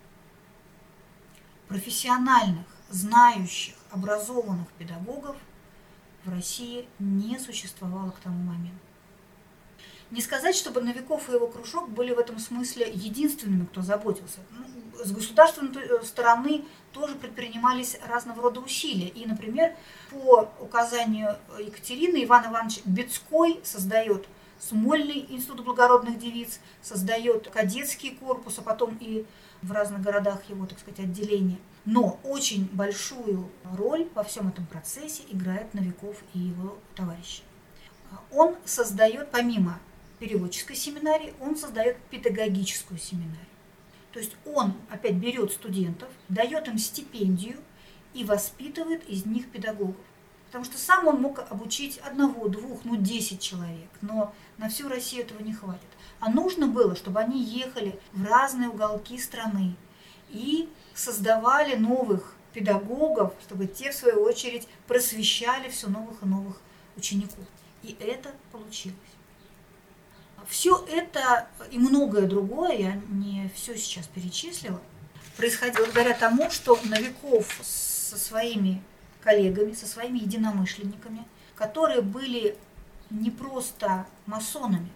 Профессиональных, знающих, образованных педагогов в России не существовало к тому моменту. Не сказать, чтобы Новиков и его кружок были в этом смысле единственными, кто заботился. с государственной стороны тоже предпринимались разного рода усилия. И, например, по указанию Екатерины Иван Иванович Бецкой создает Смольный институт благородных девиц, создает кадетский корпус, а потом и в разных городах его, так сказать, отделения. Но очень большую роль во всем этом процессе играет Новиков и его товарищи. Он создает, помимо переводческой семинарии, он создает педагогическую семинарию. То есть он опять берет студентов, дает им стипендию и воспитывает из них педагогов. Потому что сам он мог обучить 1, 2, 10 человек, но на всю Россию этого не хватит. А нужно было, чтобы они ехали в разные уголки страны и создавали новых педагогов, чтобы те, в свою очередь, просвещали все новых и новых учеников. И это получилось. Все это и многое другое, я не все сейчас перечислила, происходило благодаря тому, что Новиков со своими коллегами, со своими единомышленниками, которые были не просто масонами,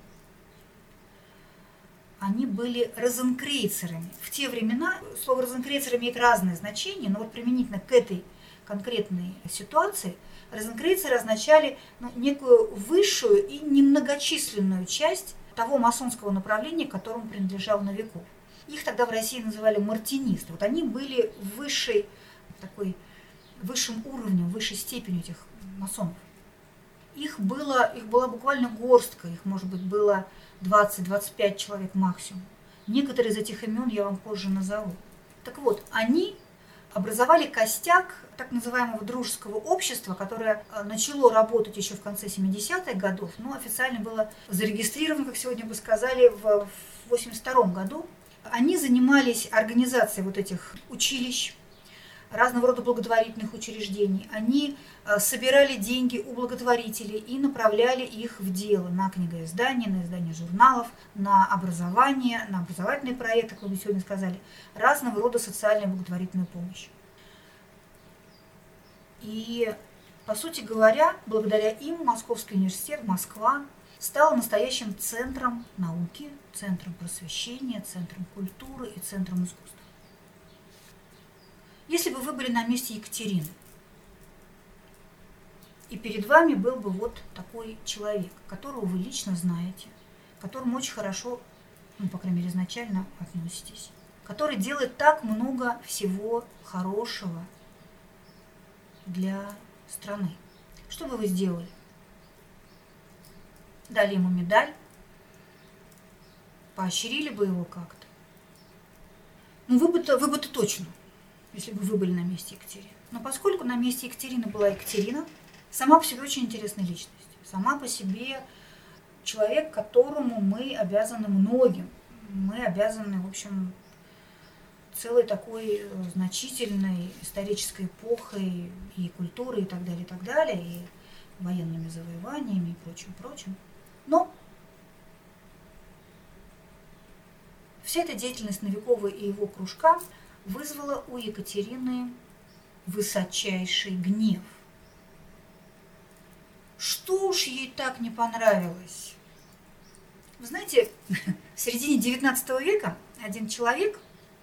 они были розенкрейцерами. В те времена слово розенкрейцер имеет разные значения, но вот применительно к этой конкретной ситуации розенкрейцеры означали некую высшую и немногочисленную часть того масонского направления, к которому принадлежал Новиков. Их тогда в России называли мартинисты. Вот они были высшим уровнем, высшей степенью этих масонов. Их была буквально горстка, их, может быть, было 20-25 человек максимум. Некоторые из этих имен я вам позже назову. Так вот, они образовали костяк так называемого дружеского общества, которое начало работать еще в конце 70-х годов, но официально было зарегистрировано, как сегодня бы сказали, в 82 году. Они занимались организацией вот этих училищ, разного рода благотворительных учреждений. Они собирали деньги у благотворителей и направляли их в дело на книгоиздание, на издание журналов, на образование, на образовательные проекты, как вы сегодня сказали, разного рода социальную и благотворительную помощь. И, по сути говоря, благодаря им Московский университет, Москва, стал настоящим центром науки, центром просвещения, центром культуры и центром искусства. Если бы вы были на месте Екатерины, и перед вами был бы вот такой человек, которого вы лично знаете, к которому очень хорошо, по крайней мере, изначально относитесь, который делает так много всего хорошего для страны. Что бы вы сделали? Дали ему медаль, поощрили бы его как-то. Вы бы-то точно, если бы вы были на месте Екатерины. Но поскольку на месте Екатерины была Екатерина, сама по себе очень интересная личность. Сама по себе человек, которому мы обязаны многим. Мы обязаны, в общем, целой такой значительной исторической эпохой и культурой, и так далее, и военными завоеваниями и прочим. Но вся эта деятельность Новикова и его кружка вызвала у Екатерины высочайший гнев. Что уж ей так не понравилось? Вы знаете, в середине XIX века один человек,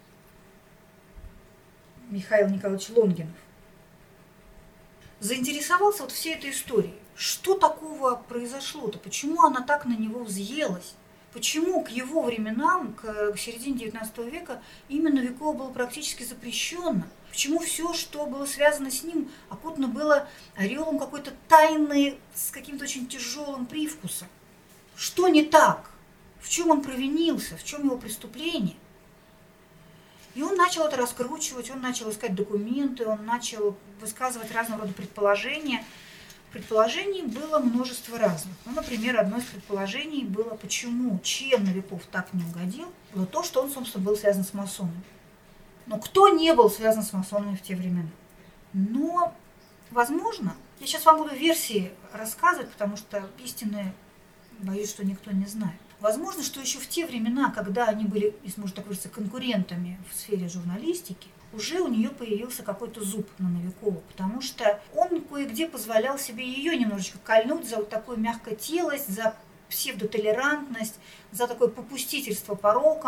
Михаил Николаевич Лонгинов, заинтересовался вот всей этой историей. Что такого произошло-то? Почему она так на него взъелась? Почему к его временам, к середине XIX века, имя Новикова было практически запрещено? Почему все, что было связано с ним, окутано было ореолом какой-то тайны с каким-то очень тяжелым привкусом? Что не так? В чем он провинился? В чем его преступление? И он начал это раскручивать, он начал искать документы, он начал высказывать разного рода предположения. Предположений было множество разных. Например, одно из предположений было, чем Новиков так не угодил, было то, что он, собственно, был связан с масонами. Но кто не был связан с масонами в те времена? Но, возможно, я сейчас вам буду версии рассказывать, потому что истины, боюсь, что никто не знает. Возможно, что еще в те времена, когда они были, если можно так выразиться, конкурентами в сфере журналистики, уже у нее появился какой-то зуб на Новикова, потому что он кое-где позволял себе ее немножечко кольнуть за вот такую мягкотелость, за псевдотолерантность, за такое попустительство порокам.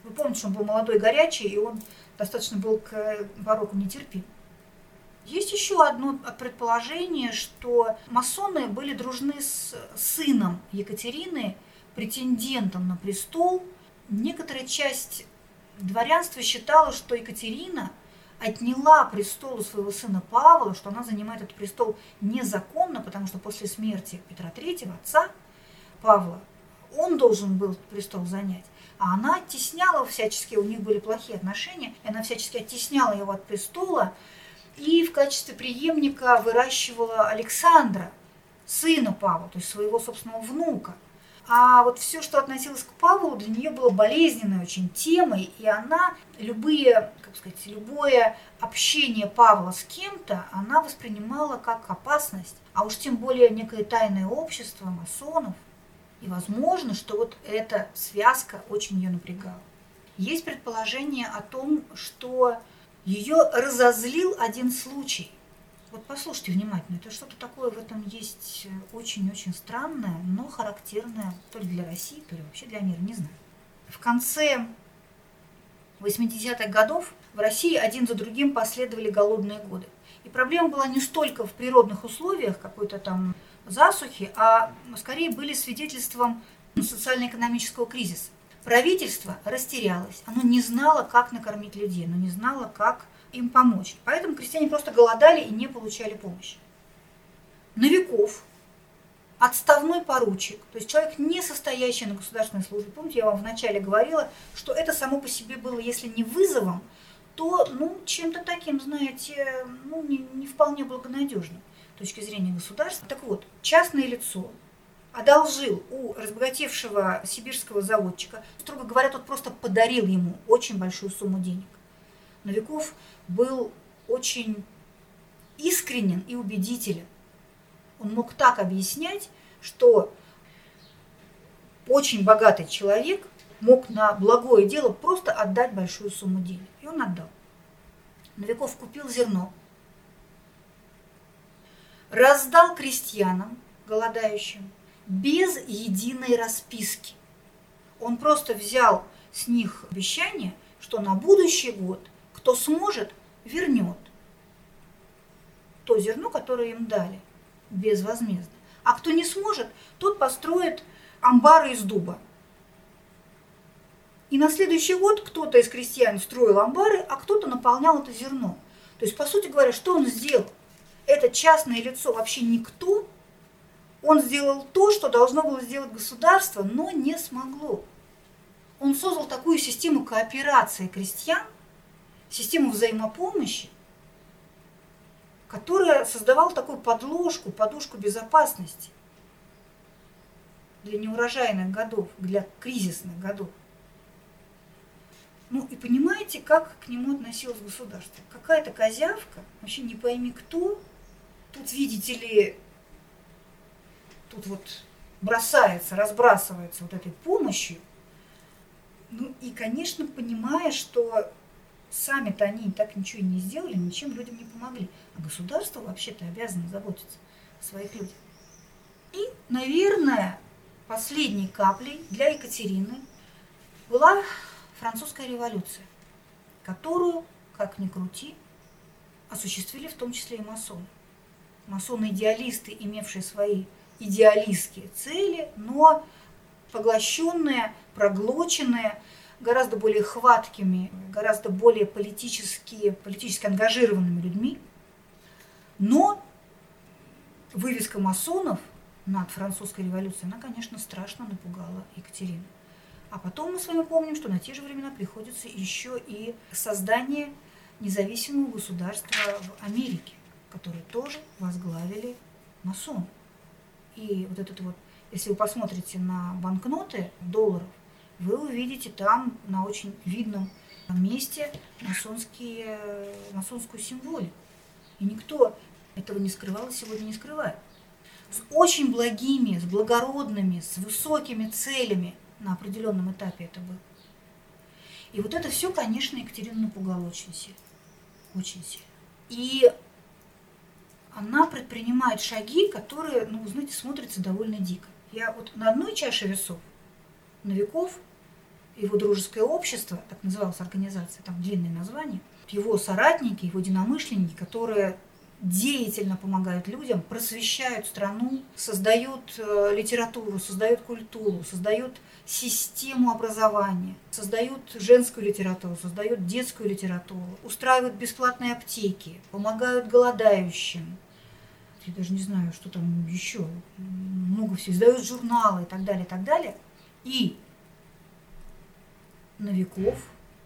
Вы помните, что он был молодой, горячий, и он достаточно был к пороку нетерпим. Есть еще одно предположение, что масоны были дружны с сыном Екатерины, претендентом на престол. Некоторая часть дворянства считала, что Екатерина отняла престол у своего сына Павла, что она занимает этот престол незаконно, потому что после смерти Петра III, отца Павла, он должен был престол занять. А она оттесняла всячески, у них были плохие отношения, и она всячески оттесняла его от престола и в качестве преемника выращивала Александра, сына Павла, то есть своего собственного внука. А вот все, что относилось к Павлу, для нее было болезненной очень темой, и она любое общение Павла с кем-то она воспринимала как опасность, а уж тем более некое тайное общество масонов. И возможно, что вот эта связка очень ее напрягала. Есть предположение о том, что ее разозлил один случай. Вот послушайте внимательно, это что-то такое в этом есть очень-очень странное, но характерное то ли для России, то ли вообще для мира, не знаю. В конце 80-х годов в России один за другим последовали голодные годы. И проблема была не столько в природных условиях какой-то там засухи, а скорее были свидетельством социально-экономического кризиса. Правительство растерялось, оно не знало, как накормить людей, оно не знало, как им помочь. Поэтому крестьяне просто голодали и не получали помощи. Новиков, отставной поручик, то есть человек, не состоящий на государственной службе, помните, я вам вначале говорила, что это само по себе было, если не вызовом, то чем-то таким, знаете, не вполне благонадежным с точки зрения государства. Так вот, частное лицо одолжил у разбогатевшего сибирского заводчика, строго говоря, тот просто подарил ему очень большую сумму денег. Новиков был очень искренен и убедителен. Он мог так объяснять, что очень богатый человек мог на благое дело просто отдать большую сумму денег. И он отдал. Новиков купил зерно, раздал крестьянам, голодающим, без единой расписки. Он просто взял с них обещание, что на будущий год кто сможет, вернет то зерно, которое им дали, безвозмездно. А кто не сможет, тот построит амбары из дуба. И на следующий год кто-то из крестьян строил амбары, а кто-то наполнял это зерно. То есть, по сути говоря, что он сделал? Это частное лицо вообще никто. Он сделал то, что должно было сделать государство, но не смогло. Он создал такую систему кооперации крестьян, систему взаимопомощи, которая создавала такую подложку, подушку безопасности для неурожайных годов, для кризисных годов. И понимаете, как к нему относилось государство? Какая-то козявка, вообще не пойми кто, тут, видите ли, тут вот разбрасывается вот этой помощью. И, конечно, понимая, что сами-то они так ничего и не сделали, ничем людям не помогли. А государство вообще-то обязано заботиться о своих людях. И, наверное, последней каплей для Екатерины была Французская революция, которую, как ни крути, осуществили в том числе и масоны. Масоны-идеалисты, имевшие свои идеалистские цели, но поглощенные, проглоченные, гораздо более хваткими, гораздо более политически ангажированными людьми. Но вывеска масонов над Французской революцией, она, конечно, страшно напугала Екатерину. А потом мы с вами помним, что на те же времена приходится еще и создание независимого государства в Америке, которое тоже возглавили масоны. И вот этот вот, если вы посмотрите на банкноты долларов, вы увидите там на очень видном месте масонскую символику. И никто этого не скрывал и сегодня не скрывает. С очень благими, с благородными, с высокими целями на определенном этапе это было. И вот это все, конечно, Екатерину напугало очень сильно. Очень сильно. И она предпринимает шаги, которые, вы знаете, смотрятся довольно дико. Я вот на одной чаше весов Новиков, его дружеское общество, так называлась организация, там длинное название, его соратники, его единомышленники, которые деятельно помогают людям, просвещают страну, создают литературу, создают культуру, создают систему образования, создают женскую литературу, создают детскую литературу, устраивают бесплатные аптеки, помогают голодающим. Я даже не знаю, что там еще. Много всего. Издают журналы и так далее, и так далее. И Новиков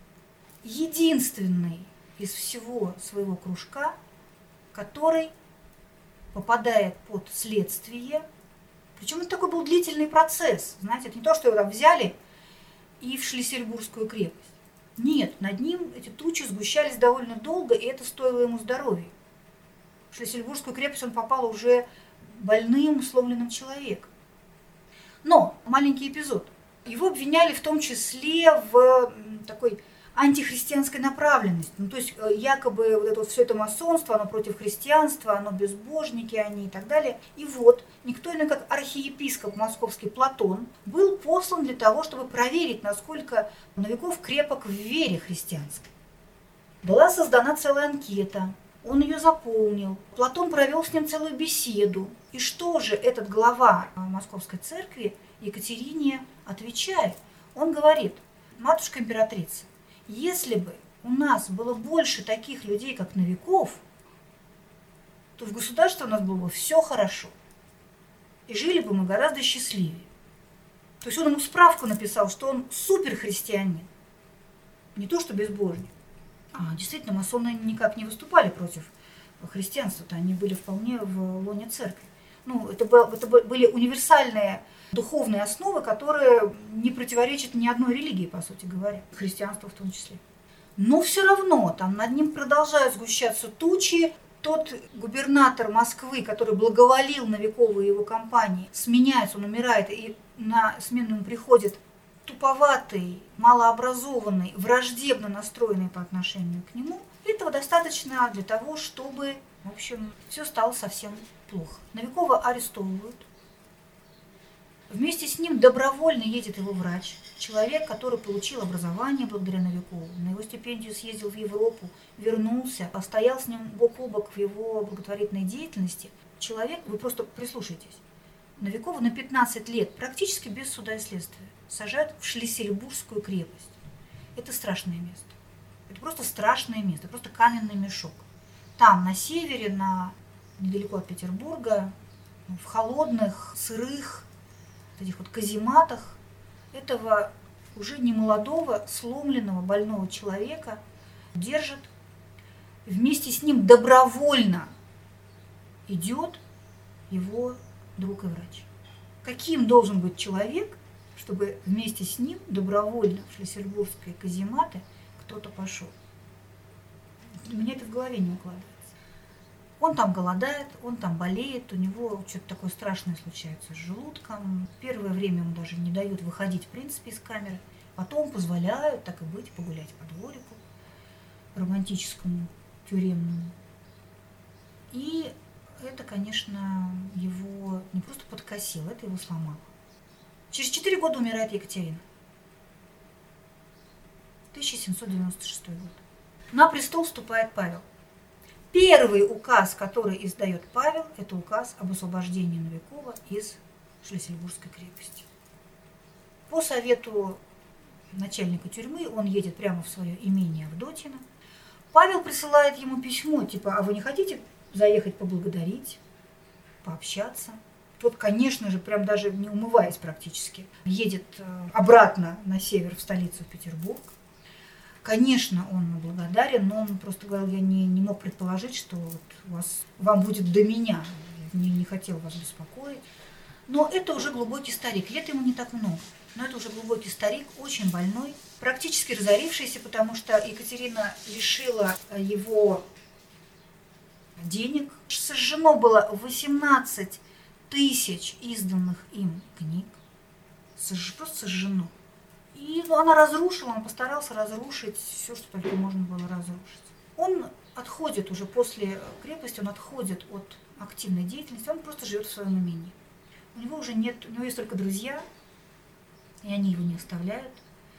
единственный из всего своего кружка, который попадает под следствие. Причем это такой был длительный процесс. Знаете, это не то, что его там взяли и в Шлиссельбургскую крепость. Нет, над ним эти тучи сгущались довольно долго, и это стоило ему здоровья. В Шлиссельбургскую крепость он попал уже больным, сломленным человеком. Но маленький эпизод. Его обвиняли в том числе в такой антихристианской направленности. Ну, то есть якобы вот это вот все это масонство, оно против христианства, оно безбожники они и так далее. И вот никто иной, как архиепископ московский Платон, был послан для того, чтобы проверить, насколько Новиков крепок в вере христианской. Была создана целая анкета, он ее заполнил. Платон провел с ним целую беседу. И что же этот глава Московской церкви Екатерине отвечает? Он говорит: матушка императрица, если бы у нас было больше таких людей, как Новиков, то в государстве у нас было бы все хорошо. И жили бы мы гораздо счастливее. То есть он ему справку написал, что он суперхристианин. Не то, что безбожник. А действительно, масоны никак не выступали против христианства-то. Они были вполне в лоне церкви. Ну, это были универсальные духовные основы, которые не противоречат ни одной религии, по сути говоря, христианству в том числе. Но все равно там над ним продолжают сгущаться тучи. Тот губернатор Москвы, который благоволил Новикову и его компании, сменяется, он умирает, и на смену ему приходит туповатый, малообразованный, враждебно настроенный по отношению к нему. Этого достаточно для того, чтобы, в общем, все стало совсем плохо. Новикова арестовывают. Вместе с ним добровольно едет его врач, человек, который получил образование благодаря Новикову, на его стипендию съездил в Европу, вернулся, стоял с ним бок о бок в его благотворительной деятельности. Человек, вы просто прислушайтесь, Новикова на 15 лет практически без суда и следствия сажают в Шлиссельбургскую крепость. Это страшное место. Это просто страшное место, просто каменный мешок. Там, на севере, недалеко от Петербурга, в холодных, сырых, этих вот казематах, этого уже немолодого, сломленного, больного человека держат. Вместе с ним добровольно идет его друг и врач. Каким должен быть человек, чтобы вместе с ним добровольно в шлиссельбургские казематы кто-то пошел? У меня это в голове не укладывается. Он там голодает, он там болеет, у него что-то такое страшное случается с желудком. Первое время ему даже не дают выходить, в принципе, из камеры. Потом позволяют, так и быть, погулять по дворику романтическому, тюремному. И это, конечно, его не просто подкосило, это его сломало. Через 4 года умирает Екатерина. 1796 год. На престол вступает Павел. Первый указ, который издает Павел, это указ об освобождении Новикова из Шлиссельбургской крепости. По совету начальника тюрьмы он едет прямо в свое имение Авдотьино. Павел присылает ему письмо, типа: а вы не хотите заехать поблагодарить, пообщаться? Тот, конечно же, прям даже не умываясь практически, едет обратно на север, в столицу, в Петербург. Конечно, он благодарен, но он просто говорил: я не мог предположить, что вот вам будет до меня, не хотел вас беспокоить. Но это уже глубокий старик, лет ему не так много, но это уже глубокий старик, очень больной, практически разорившийся, потому что Екатерина лишила его денег. Сожжено было 18 тысяч изданных им книг, просто сожжено. И она разрушила, он постарался разрушить все, что только можно было разрушить. Он отходит уже после крепости, он отходит от активной деятельности, он просто живет в своем имении. У него уже нет, у него есть только друзья, и они его не оставляют.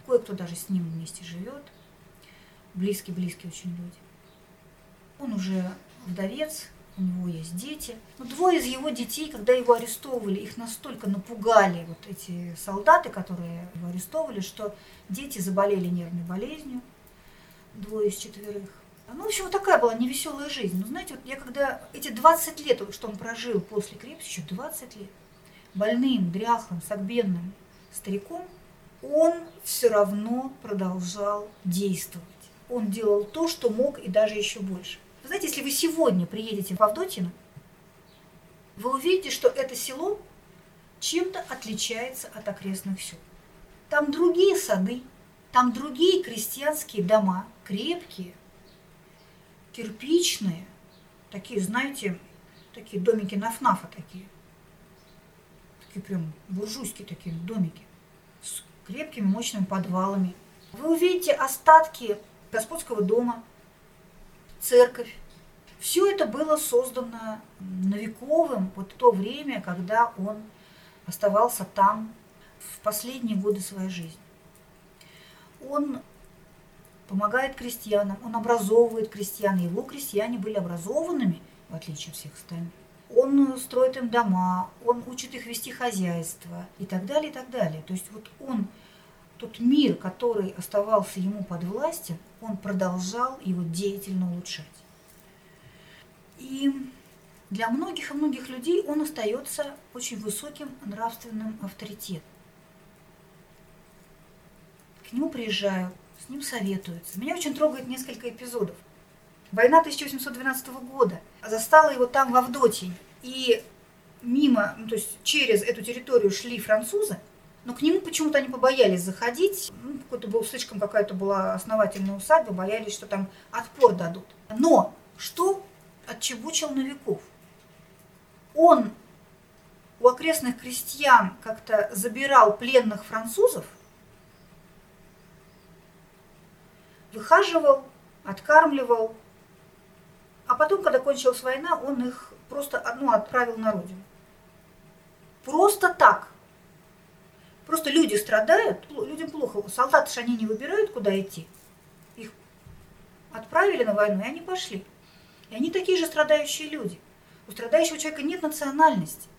кое-кто даже с ним вместе живет. Близкие очень люди. Он уже вдовец, у него есть дети. Но двое из его детей, когда его арестовывали, их настолько напугали вот эти солдаты, которые его арестовывали, что дети заболели нервной болезнью, 2 из 4. Ну, в общем, вот такая была невеселая жизнь. Но знаете, вот я когда эти 20 лет, что он прожил после крепости, еще 20 лет, больным, дряхлым, согбенным стариком, он все равно продолжал действовать. Он делал то, что мог, и даже еще больше. Вы знаете, если вы сегодня приедете в Авдотьино, вы увидите, что это село чем-то отличается от окрестных сел. Там другие сады, там другие крестьянские дома, крепкие, кирпичные, такие, знаете, такие домики нафнафа такие прям буржуйские такие домики с крепкими мощными подвалами. Вы увидите остатки господского дома, церковь. Все это было создано Новиковым вот в то время, когда он оставался там в последние годы своей жизни. Он помогает крестьянам, он образовывает крестьян. Его крестьяне были образованными, в отличие от всех остальных. Он строит им дома, он учит их вести хозяйство и так далее, и так далее. То есть вот он, тот мир, который оставался ему подвластен, он продолжал его деятельно улучшать. И для многих и многих людей он остается очень высоким нравственным авторитетом. К нему приезжают, с ним советуются. Меня очень трогает несколько эпизодов. Война 1812 года застала его там, в Авдотьине. И мимо, то есть через эту территорию шли французы, но к нему почему-то они побоялись заходить. Какая-то была основательная усадьба, боялись, что там отпор дадут. Но что отчебучил Новиков? Он у окрестных крестьян как-то забирал пленных французов, выхаживал, откармливал, а потом, когда кончилась война, он их просто отправил на родину. Просто так. Просто люди страдают, людям плохо. Солдаты же они не выбирают, куда идти. Их отправили на войну, и они пошли. И они такие же страдающие люди. У страдающего человека нет национальности.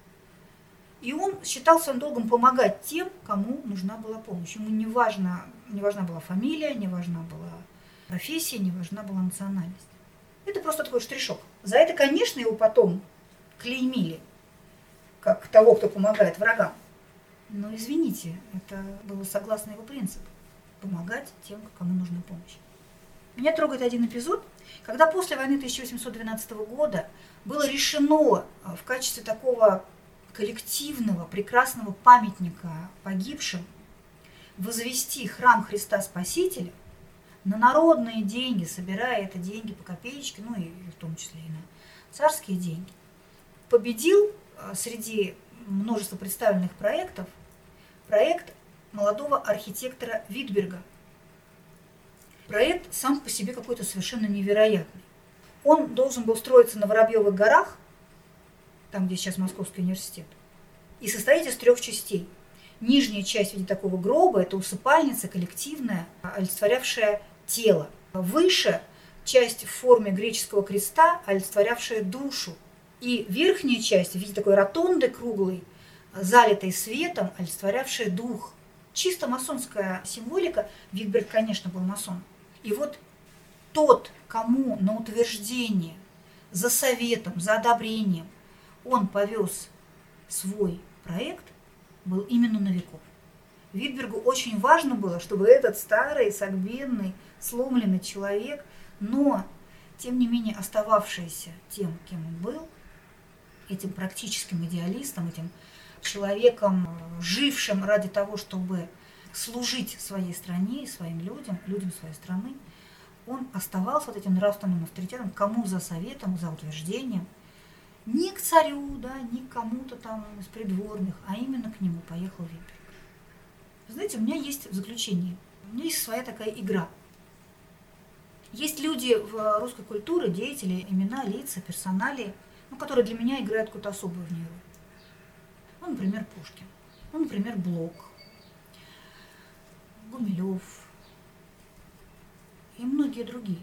И он считал своим долгом помогать тем, кому нужна была помощь. Ему не важна была фамилия, не важна была профессия, не важна была национальность. Это просто такой штришок. За это, конечно, его потом клеймили, как того, кто помогает врагам. Но извините, это было согласно его принципу. Помогать тем, кому нужна помощь. Меня трогает один эпизод, когда после войны 1812 года было решено в качестве такого коллективного, прекрасного памятника погибшим возвести храм Христа Спасителя на народные деньги, собирая это деньги по копеечке, ну и в том числе и на царские деньги. Победил среди множества представленных проектов проект молодого архитектора Витберга. Проект сам по себе какой-то совершенно невероятный. Он должен был строиться на Воробьевых горах, там, где сейчас Московский университет, и состоять из 3 частей. Нижняя часть в виде такого гроба – это усыпальница коллективная, олицетворявшая тело. Выше часть в форме греческого креста, олицетворявшая душу. И верхняя часть в виде такой ротонды круглой, залитой светом, олицетворявшая дух. Чисто масонская символика. Витберг, конечно, был масон. И вот тот, кому на утверждение, за советом, за одобрением он повез свой проект, был именно Новиков. Витбергу очень важно было, чтобы этот старый, согбенный, сломленный человек, но, тем не менее, остававшийся тем, кем он был, этим практическим идеалистом, этим человеком, жившим ради того, чтобы служить своей стране и своим людям, людям своей страны, он оставался вот этим нравственным авторитетом, кому за советом, за утверждением, не к царю, да, не к кому-то там из придворных, а именно к нему поехал Витберг. Знаете, у меня есть в заключении, у меня есть своя такая игра. Есть люди в русской культуре, деятели, имена, лица, персоналии, которые для меня играют какую-то особую в ней роль. Ну, например, Пушкин, ну, например, Блок. Гумилев и многие другие.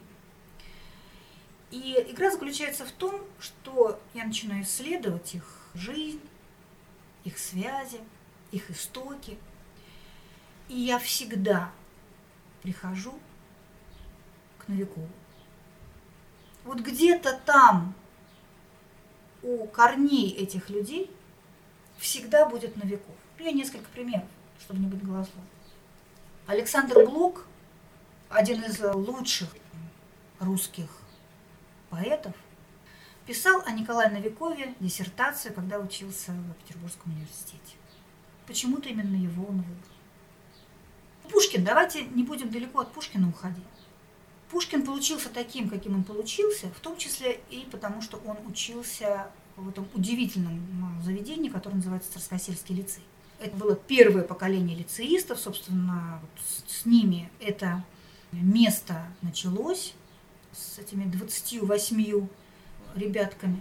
И игра заключается в том, что я начинаю исследовать их жизнь, их связи, их истоки. И я всегда прихожу к Новикову. Вот где-то там у корней этих людей всегда будет Новиков. Я несколько примеров, чтобы не быть голословным. Александр Блок, один из лучших русских поэтов, писал о Николае Новикове диссертацию, когда учился в Петербургском университете. Почему-то именно его он выбрал. Пушкин, давайте не будем далеко от Пушкина уходить. Пушкин получился таким, каким он получился, в том числе и потому, что он учился в этом удивительном заведении, которое называется Царскосельский лицей. Это было первое поколение лицеистов, собственно, вот с ними это место началось, с этими 28 ребятками.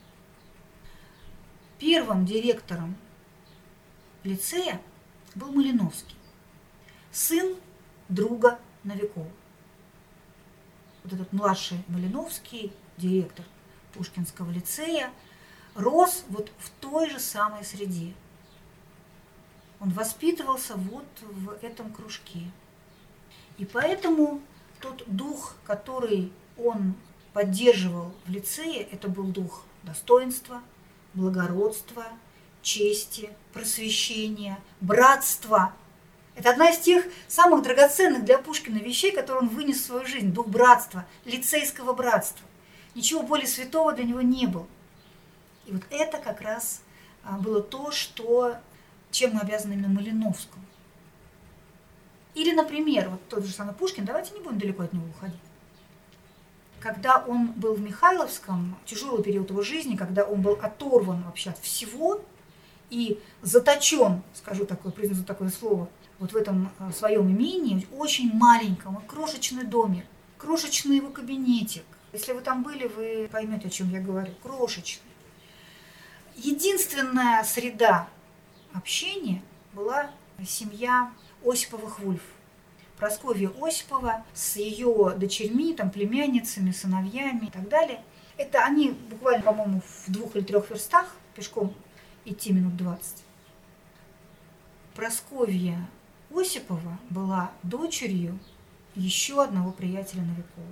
Первым директором лицея был Малиновский, сын друга Новикова. Вот этот младший Малиновский, директор Пушкинского лицея, рос вот в той же самой среде. Он воспитывался вот в этом кружке. И поэтому тот дух, который он поддерживал в лицее, это был дух достоинства, благородства, чести, просвещения, братства. Это одна из тех самых драгоценных для Пушкина вещей, которые он вынес в свою жизнь. Дух братства, лицейского братства. Ничего более святого для него не было. И вот это как раз было то, чем мы обязаны именно Малиновскому. Или, например, вот тот же самый Пушкин, давайте не будем далеко от него уходить. Когда он был в Михайловском, тяжелый период его жизни, когда он был оторван вообще от всего и заточен, скажу такое, произнесу такое слово, вот в этом своем имении, очень маленьком, крошечный домик, крошечный его кабинетик. Если вы там были, вы поймете, о чем я говорю. Крошечный. Единственная среда общения была семья Осиповых-Вульф. Прасковья Осипова с ее дочерьми, там, племянницами, сыновьями и так далее. Это они буквально, по-моему, в 2 или 3 верстах, пешком идти минут 20. Прасковья Осипова была дочерью еще одного приятеля Новикова.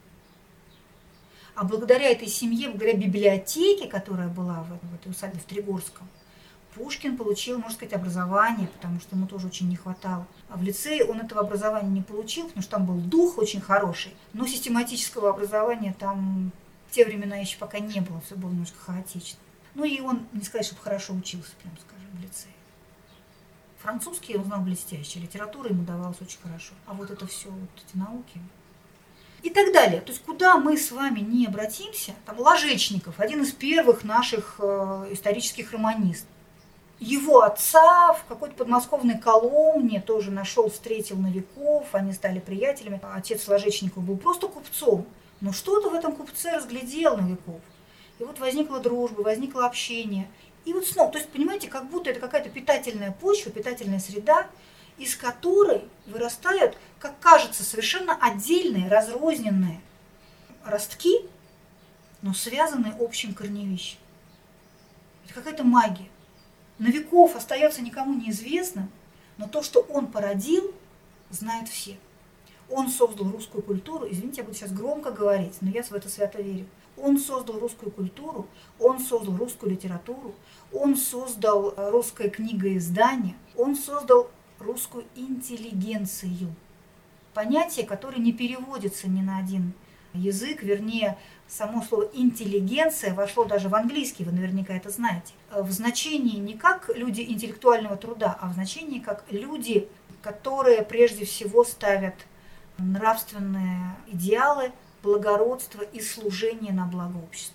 А благодаря этой семье, благодаря библиотеке, которая была в этой усадьбе в Тригорском, Пушкин получил, можно сказать, образование, потому что ему тоже очень не хватало. А в лицее он этого образования не получил, потому что там был дух очень хороший, но систематического образования там в те времена еще пока не было, все было немножко хаотично. Ну и он, не сказать, чтобы хорошо учился, прям скажем, в лицее. Французский он знал блестяще, литература ему давалась очень хорошо. А вот это все, вот эти науки. И так далее. То есть куда мы с вами не обратимся, там Ложечников, один из первых наших исторических романистов. Его отца в какой-то подмосковной Коломне тоже нашел, встретил Новиков, они стали приятелями. Отец Ложечникова был просто купцом, но что-то в этом купце разглядел Новиков. И вот возникла дружба, возникло общение. И вот снова, то есть, понимаете, как будто это какая-то питательная почва, питательная среда, из которой вырастают, как кажется, совершенно отдельные, разрозненные ростки, но связанные общим корневищем. Это какая-то магия. Новиков остается никому неизвестным, но то, что он породил, знают все. Он создал русскую культуру, извините, я буду сейчас громко говорить, но я в это свято верю. Он создал русскую культуру, он создал русскую литературу, он создал русское книгоиздание, он создал русскую интеллигенцию. Понятие, которое не переводится ни на один язык, вернее, само слово интеллигенция вошло даже в английский, вы наверняка это знаете, в значении не как люди интеллектуального труда, а в значении как люди, которые прежде всего ставят нравственные идеалы, благородство и служение на благо общества.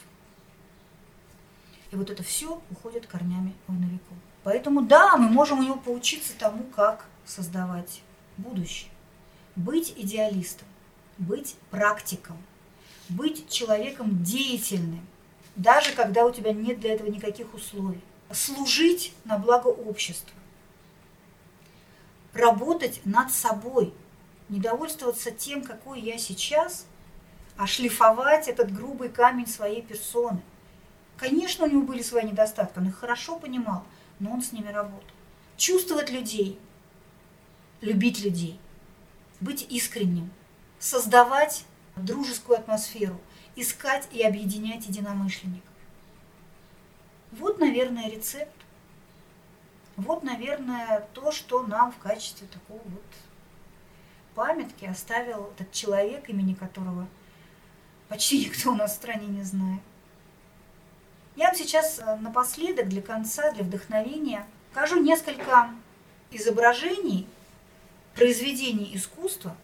И вот это все уходит корнями в Новикова. Поэтому да, мы можем у него поучиться тому, как создавать будущее. Быть идеалистом, быть практиком, быть человеком деятельным, даже когда у тебя нет для этого никаких условий. Служить на благо общества. работать над собой, не довольствоваться тем, какой я сейчас, а шлифовать этот грубый камень своей персоны. Конечно, у него были свои недостатки, он их хорошо понимал, но он с ними работал. Чувствовать людей, любить людей, быть искренним, создавать дружескую атмосферу, искать и объединять единомышленников. Вот, наверное, рецепт. Вот, наверное, то, что нам в качестве такого вот памятки оставил этот человек, имени которого почти никто у нас в стране не знает. Я вам сейчас напоследок, для конца, для вдохновения, покажу несколько изображений, произведений искусства,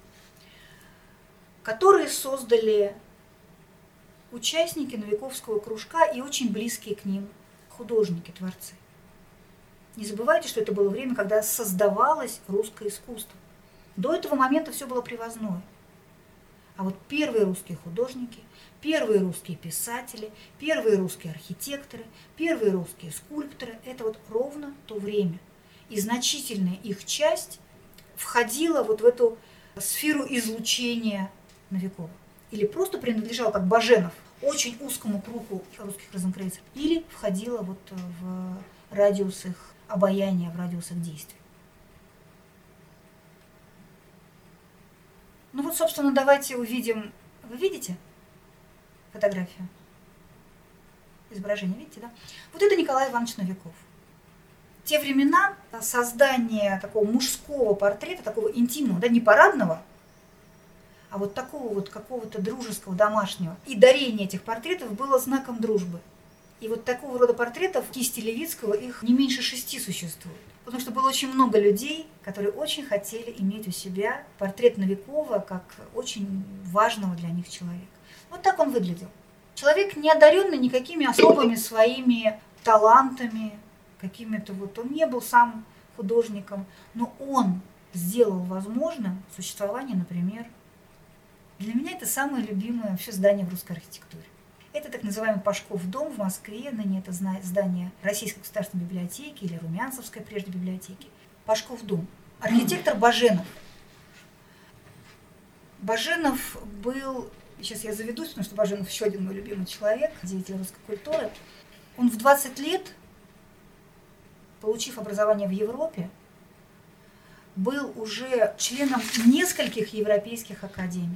которые создали участники Новиковского кружка и очень близкие к ним художники, творцы. Не забывайте, что это было время, когда создавалось русское искусство. До этого момента все было привозное. А вот первые русские художники, первые русские писатели, первые русские архитекторы, первые русские скульпторы – это вот ровно то время. И значительная их часть входила вот в эту сферу излучения Новикова. Или просто принадлежала, как Баженов, очень узкому кругу русских розенкрейцеров, или входила вот в радиус их обаяния, в радиус их действий. Ну вот, собственно, давайте увидим. Вы видите фотографию? Изображение, видите, да? Вот это Николай Иванович Новиков. В те времена создание такого мужского портрета, такого интимного, да, не парадного, а вот такого вот какого-то дружеского, домашнего. И дарение этих портретов было знаком дружбы. И вот такого рода портретов в кисти Левицкого их не меньше 6 существует. Потому что было очень много людей, которые очень хотели иметь у себя портрет Новикова как очень важного для них человека. Вот так он выглядел. Человек, не одаренный никакими особыми своими талантами, какими-то вот. Он не был сам художником, но он сделал возможным существование, например. Для меня это самое любимое вообще здание в русской архитектуре. Это так называемый Пашков дом в Москве, ныне это здание Российской государственной библиотеки или Румянцевской прежде библиотеки. Пашков дом. Архитектор Баженов. Баженов был, сейчас я заведусь, потому что Баженов еще один мой любимый человек, деятель русской культуры. Он в 20 лет, получив образование в Европе, был уже членом нескольких европейских академий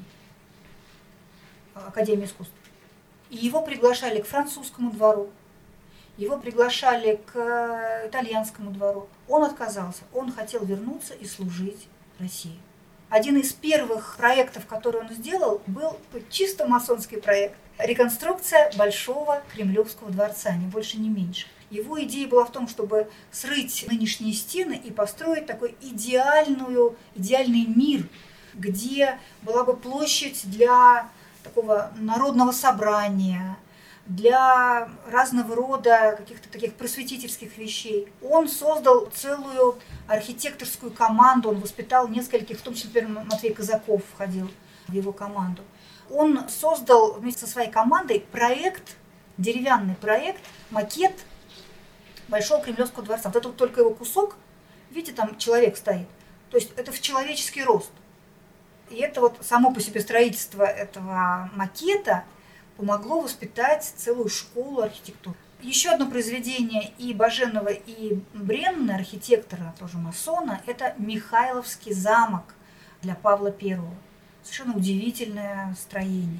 искусств. И его приглашали к французскому двору, его приглашали к итальянскому двору. Он отказался, он хотел вернуться и служить России. Один из первых проектов, который он сделал, был чисто масонский проект. Реконструкция Большого Кремлевского дворца, ни больше, ни меньше. Его идея была в том, чтобы срыть нынешние стены и построить такой идеальный мир, где была бы площадь для такого народного собрания, для разного рода каких-то таких просветительских вещей. Он создал целую архитекторскую команду, он воспитал нескольких, в том числе, например, Матвей Казаков входил в его команду. Он создал вместе со своей командой проект, деревянный проект, макет Большого Кремлевского дворца. Вот это вот только его кусок, видите, там человек стоит. То есть это в человеческий рост. И это вот само по себе строительство этого макета помогло воспитать целую школу архитектуры. Еще одно произведение и Баженова, и Бренна, архитектора, тоже масона, это Михайловский замок для Павла I. Совершенно удивительное строение.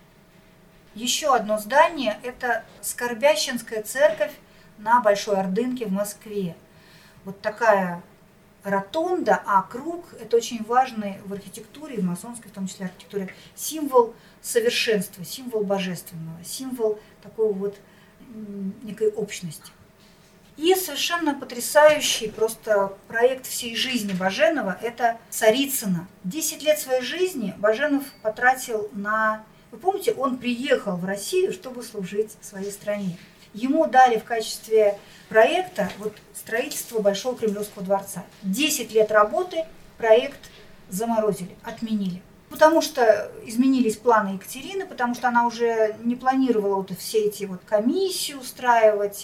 Еще одно здание – это Скорбященская церковь на Большой Ордынке в Москве. Вот такая ротонда, а круг – это очень важный в архитектуре, в масонской, в том числе архитектуре, символ совершенства, символ божественного, символ такого вот некой общности. И совершенно потрясающий просто проект всей жизни Баженова – это Царицыно. 10 лет своей жизни Баженов потратил на… Вы помните, он приехал в Россию, чтобы служить своей стране. Ему дали в качестве проекта вот строительство Большого Кремлевского дворца. 10 лет работы, проект заморозили, отменили. Потому что изменились планы Екатерины, потому что она уже не планировала вот все эти вот комиссии устраивать,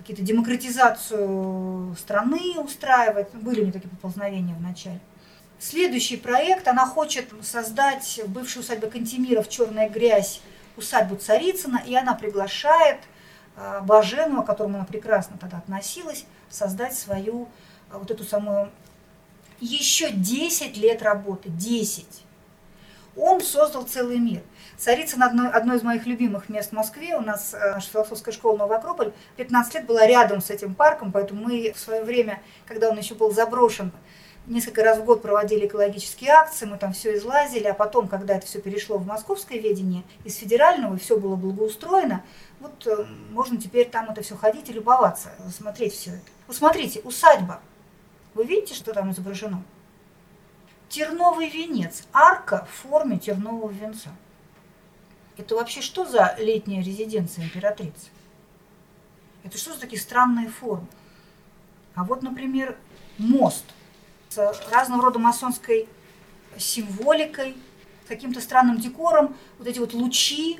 какие-то демократизацию страны устраивать. Были у нее такие поползновения в начале. Следующий проект, она хочет создать в бывшей усадьбе Кантемиров «Черная грязь» усадьбу Царицына, и она приглашает Баженова, к которому она прекрасно тогда относилась, создать свою вот эту самую... Еще 10 лет работы, 10. Он создал целый мир. Царицын одно из моих любимых мест в Москве. У нас наша философская школа «Новый Акрополь» 15 лет была рядом с этим парком, поэтому мы в свое время, когда он еще был заброшен, несколько раз в год проводили экологические акции, мы там все излазили, а потом, когда это все перешло в московское ведение из федерального, и все было благоустроено, вот можно теперь там это все ходить и любоваться, смотреть все это. Вот смотрите, усадьба. Вы видите, что там изображено? Терновый венец, арка в форме тернового венца. Это вообще что за летняя резиденция императрицы? Это что за такие странные формы? А вот, например, мост с разного рода масонской символикой, каким-то странным декором, вот эти вот лучи,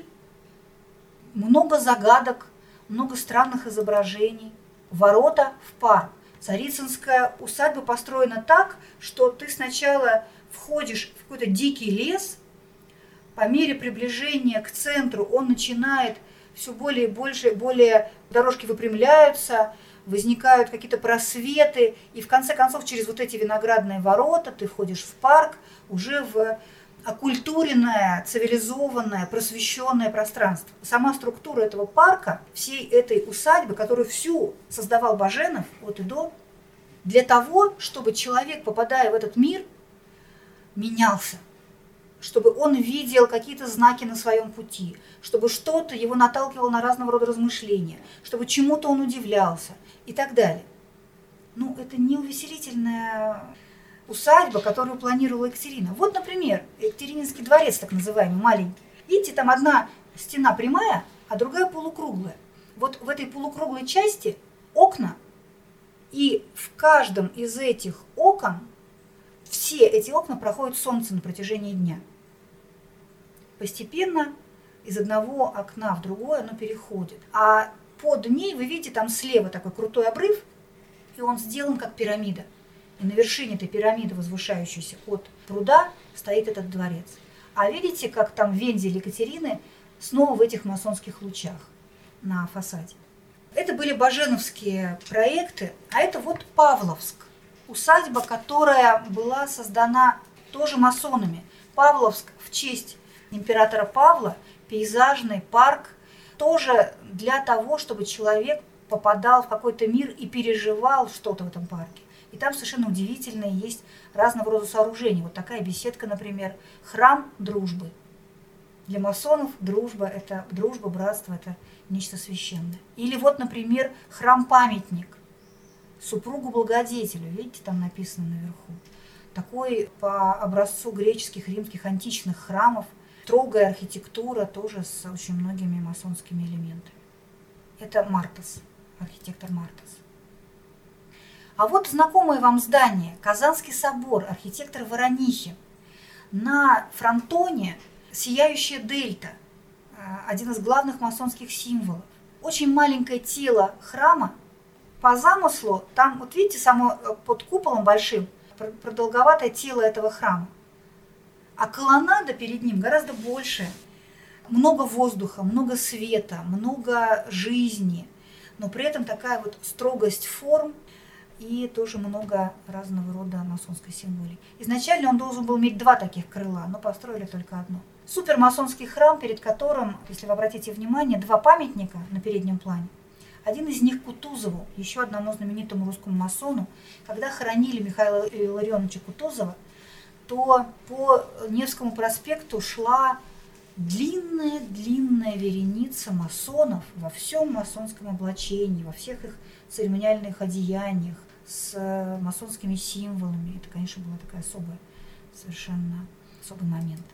много загадок, много странных изображений, ворота в парк. Царицынская усадьба построена так, что ты сначала входишь в какой-то дикий лес, по мере приближения к центру он начинает все более и более дорожки выпрямляются, возникают какие-то просветы, и в конце концов через вот эти виноградные ворота ты входишь в парк уже в оккультуренное, цивилизованное, просвещенное пространство. Сама структура этого парка, всей этой усадьбы, которую всю создавал Баженов от и до, для того, чтобы человек, попадая в этот мир, менялся, чтобы он видел какие-то знаки на своем пути, чтобы что-то его наталкивало на разного рода размышления, чтобы чему-то он удивлялся и так далее. Ну, это не увеселительная усадьба, которую планировала Екатерина. Вот, например, Екатерининский дворец, так называемый, маленький. Видите, там одна стена прямая, а другая полукруглая. Вот в этой полукруглой части окна, и в каждом из этих окон, все эти окна проходит солнце на протяжении дня. Постепенно из одного окна в другое оно переходит. А под ней, вы видите, там слева такой крутой обрыв, и он сделан как пирамида. И на вершине этой пирамиды, возвышающейся от пруда, стоит этот дворец. А видите, как там вензель Екатерины снова в этих масонских лучах на фасаде. Это были баженовские проекты, а это вот Павловск. Усадьба, которая была создана тоже масонами. Павловск в честь императора Павла, пейзажный парк, тоже для того, чтобы человек попадал в какой-то мир и переживал что-то в этом парке. И там совершенно удивительные есть разного рода сооружения. Вот такая беседка, например, храм дружбы. Для масонов дружба, братство – это нечто священное. Или вот, например, храм-памятник супругу благодетелю. Видите, там написано наверху. Такой по образцу греческих, римских, античных храмов. Строгая архитектура, тоже с очень многими масонскими элементами. Это Мартас, архитектор Мартас. А вот знакомое вам здание, Казанский собор, архитектор Воронихин. На фронтоне сияющая дельта, один из главных масонских символов. Очень маленькое тело храма. По замыслу, там, вот видите, само под куполом большим, продолговатое тело этого храма. А колоннада перед ним гораздо больше. Много воздуха, много света, много жизни. Но при этом такая вот строгость форм и тоже много разного рода масонской символики. Изначально он должен был иметь два таких крыла, но построили только одно. Супермасонский храм, перед которым, если вы обратите внимание, два памятника на переднем плане. Один из них Кутузову, еще одному знаменитому русскому масону. Когда хоронили Михаила Илларионовича Кутузова, то по Невскому проспекту шла длинная вереница масонов во всем масонском облачении, во всех их церемониальных одеяниях, с масонскими символами. Это, конечно, была такая совершенно особый момент.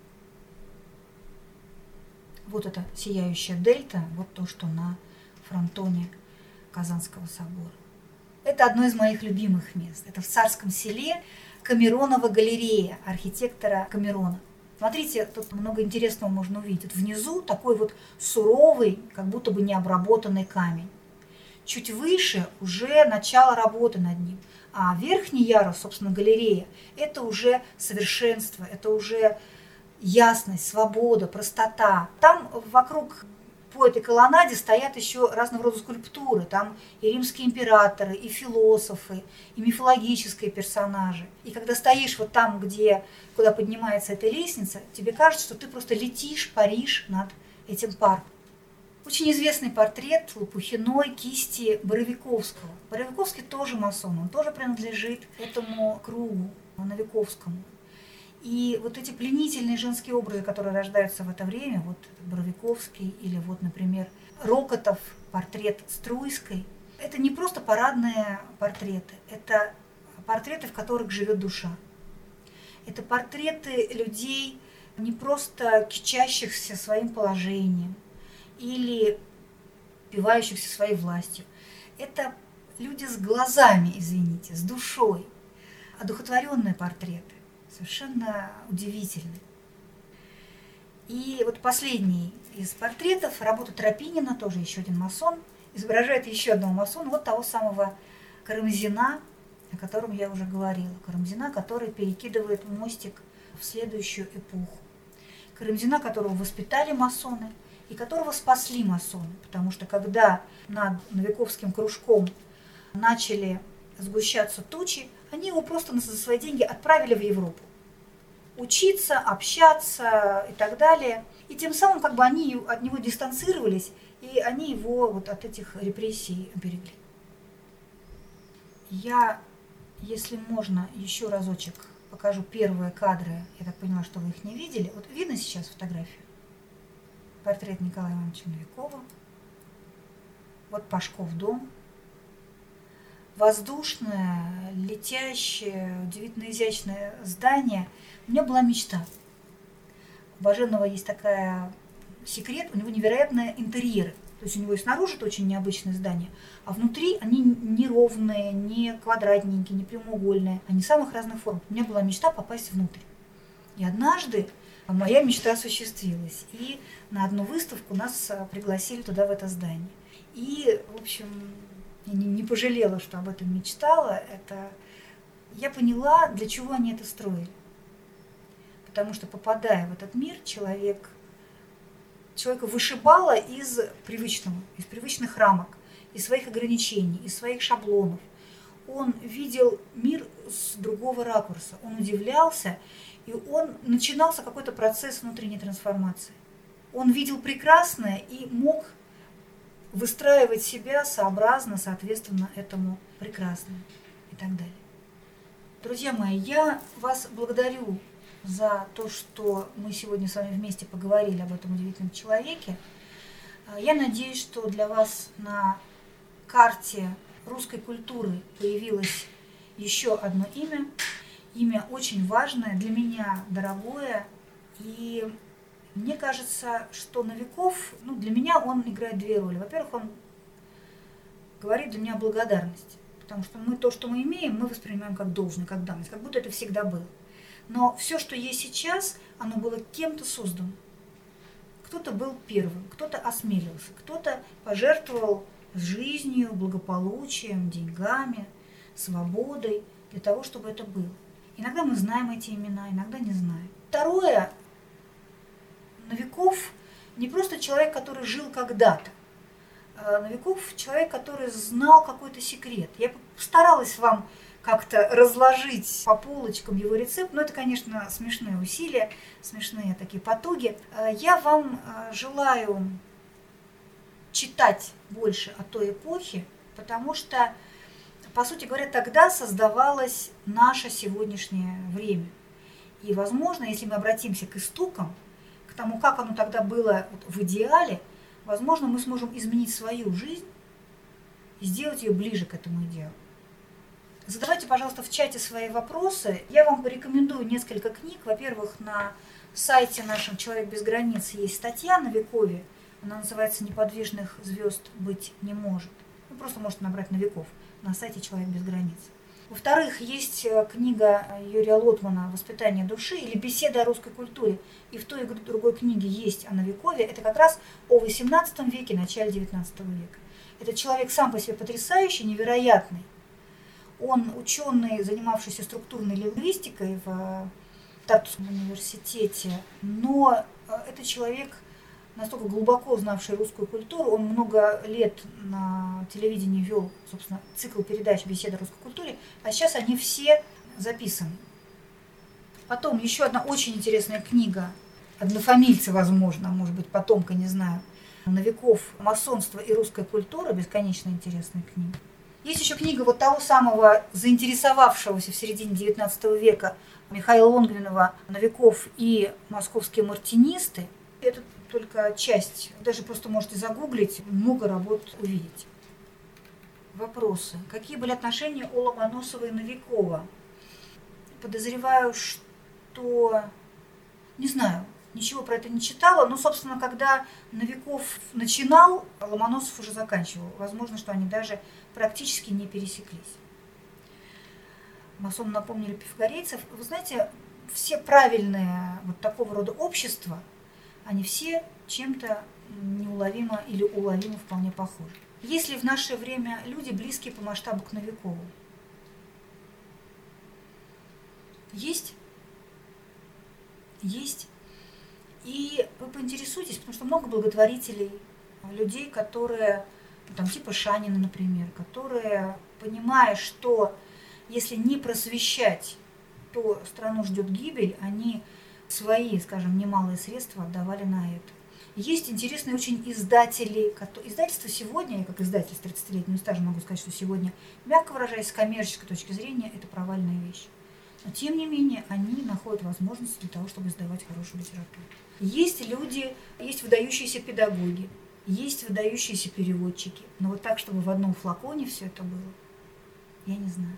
Вот эта сияющая дельта, вот то, что на фронтоне Казанского собора. Это одно из моих любимых мест. Это в Царском Селе Камеронова галерея архитектора Камерона. Смотрите, тут много интересного можно увидеть. Внизу такой вот суровый, как будто бы необработанный камень. чуть выше уже начало работы над ним. А верхний ярус, собственно, галерея, это уже совершенство, это уже ясность, свобода, простота. Там вокруг по этой колоннаде стоят еще разного рода скульптуры. Там и римские императоры, и философы, и мифологические персонажи. И когда стоишь вот там, куда поднимается эта лестница, тебе кажется, что ты просто летишь, паришь над этим парком. Очень известный портрет Лопухиной кисти Боровиковского. Боровиковский тоже масон, он тоже принадлежит этому кругу новиковскому. И вот эти пленительные женские образы, которые рождаются в это время, вот Боровиковский или вот, например, Рокотов, портрет Струйской, это не просто парадные портреты, это портреты, в которых живет душа. Это портреты людей, не просто кичащихся своим положением или пивающихся своей властью. Это люди с глазами, извините, с душой, одухотворенные портреты. Совершенно удивительный. И вот последний из портретов, работа Тропинина, тоже еще один масон, изображает еще одного масона, вот того самого Карамзина, о котором я уже говорила. Карамзина, который перекидывает мостик в следующую эпоху. Карамзина, которого воспитали масоны и которого спасли масоны, потому что когда над новиковским кружком начали сгущаться тучи, они его просто за свои деньги отправили в Европу. Учиться, общаться и так далее. И тем самым как бы они от него дистанцировались, и они его вот от этих репрессий берегли. Я, если можно, еще разочек покажу первые кадры. Я так поняла, что вы их не видели. Вот видно сейчас фотографию? Портрет Николая Ивановича Новикова. Вот Пашков дом. Воздушное, летящее, удивительно изящное здание. У меня была мечта. У Баженова есть такая секрет, у него невероятные интерьеры. То есть у него и снаружи это очень необычное здание, а внутри они не ровные, не квадратненькие, не прямоугольные, они самых разных форм. У меня была мечта попасть внутрь. И однажды моя мечта осуществилась. И на одну выставку нас пригласили туда, в это здание. И, в общем, я не пожалела, что об этом мечтала. Я поняла, для чего они это строили. Потому что, попадая в этот мир, человека вышибало из привычных рамок, из своих ограничений, из своих шаблонов. Он видел мир с другого ракурса, он удивлялся, и начинался какой-то процесс внутренней трансформации. Он видел прекрасное и мог выстраивать себя соответственно этому прекрасному и так далее. Друзья мои, я вас благодарю за то, что мы сегодня с вами вместе поговорили об этом удивительном человеке. Я надеюсь, что для вас на карте русской культуры появилось еще одно имя очень важное, для меня дорогое. И мне кажется, что Новиков, для меня он играет две роли. Во-первых, он говорит для меня благодарность, потому что то, что мы имеем, мы воспринимаем как должное, как данность, как будто это всегда было. Но все, что есть сейчас, оно было кем-то создано. Кто-то был первым, кто-то осмелился, кто-то пожертвовал жизнью, благополучием, деньгами, свободой для того, чтобы это было. Иногда мы знаем эти имена, иногда не знаем. Второе, Новиков не просто человек, который жил когда-то. Новиков человек, который знал какой-то секрет. Я постаралась вам как-то разложить по полочкам его рецепт, но это, конечно, смешные усилия, смешные такие потуги. Я вам желаю читать больше о той эпохе, потому что, по сути говоря, тогда создавалось наше сегодняшнее время. И, возможно, если мы обратимся к истокам, к тому, как оно тогда было в идеале, возможно, мы сможем изменить свою жизнь и сделать ее ближе к этому идеалу. Задавайте, пожалуйста, в чате свои вопросы. Я вам порекомендую несколько книг. Во-первых, на сайте нашем «Человек без границ» есть статья на Новикове. Она называется «Неподвижных звезд быть не может». Вы просто можете набрать Новиков на сайте «Человек без границ». Во-вторых, есть книга Юрия Лотмана «Воспитание души» или «Беседа о русской культуре». И в той и другой книге есть о Новикове. Это как раз о XVIII веке, начале XIX века. Этот человек сам по себе потрясающий, невероятный. Он ученый, занимавшийся структурной лингвистикой в Тартуском университете, но этот человек, настолько глубоко знавший русскую культуру, он много лет на телевидении вел, собственно, цикл передач «Беседа о русской культуре», а сейчас они все записаны. Потом еще одна очень интересная книга, однофамильца, возможно, может быть, потомка, не знаю, Новиков «Масонство и русская культура», бесконечно интересная книга. Есть еще книга вот того самого заинтересовавшегося в середине XIX века Михаила Лонгинова «Новиков и московские мартинисты». Это только часть, даже просто можете загуглить, много работ увидеть. Вопросы. Какие были отношения у Ломоносова и Новикова? Подозреваю, что... Не знаю, ничего про это не читала, но, собственно, когда Новиков начинал, Ломоносов уже заканчивал. Возможно, что они даже практически не пересеклись. Масоны напомнили пифагорейцев. Вы знаете, все правильные вот такого рода общества, они все чем-то неуловимо или уловимо вполне похожи. Есть ли в наше время люди, близкие по масштабу к Новикову? Есть? Есть. И вы поинтересуйтесь, потому что много благотворителей, людей, которые, там, типа Шанина, например, которые, понимая, что если не просвещать, то страну ждет гибель, они свои, скажем, немалые средства отдавали на это. Есть интересные очень издатели. Издательство сегодня, я как издатель с 30-летним стажем могу сказать, что сегодня, мягко выражаясь, с коммерческой точки зрения, это провальная вещь. Но, тем не менее, они находят возможности для того, чтобы издавать хорошую литературу. Есть люди, есть выдающиеся педагоги, есть выдающиеся переводчики. Но вот так, чтобы в одном флаконе все это было, я не знаю.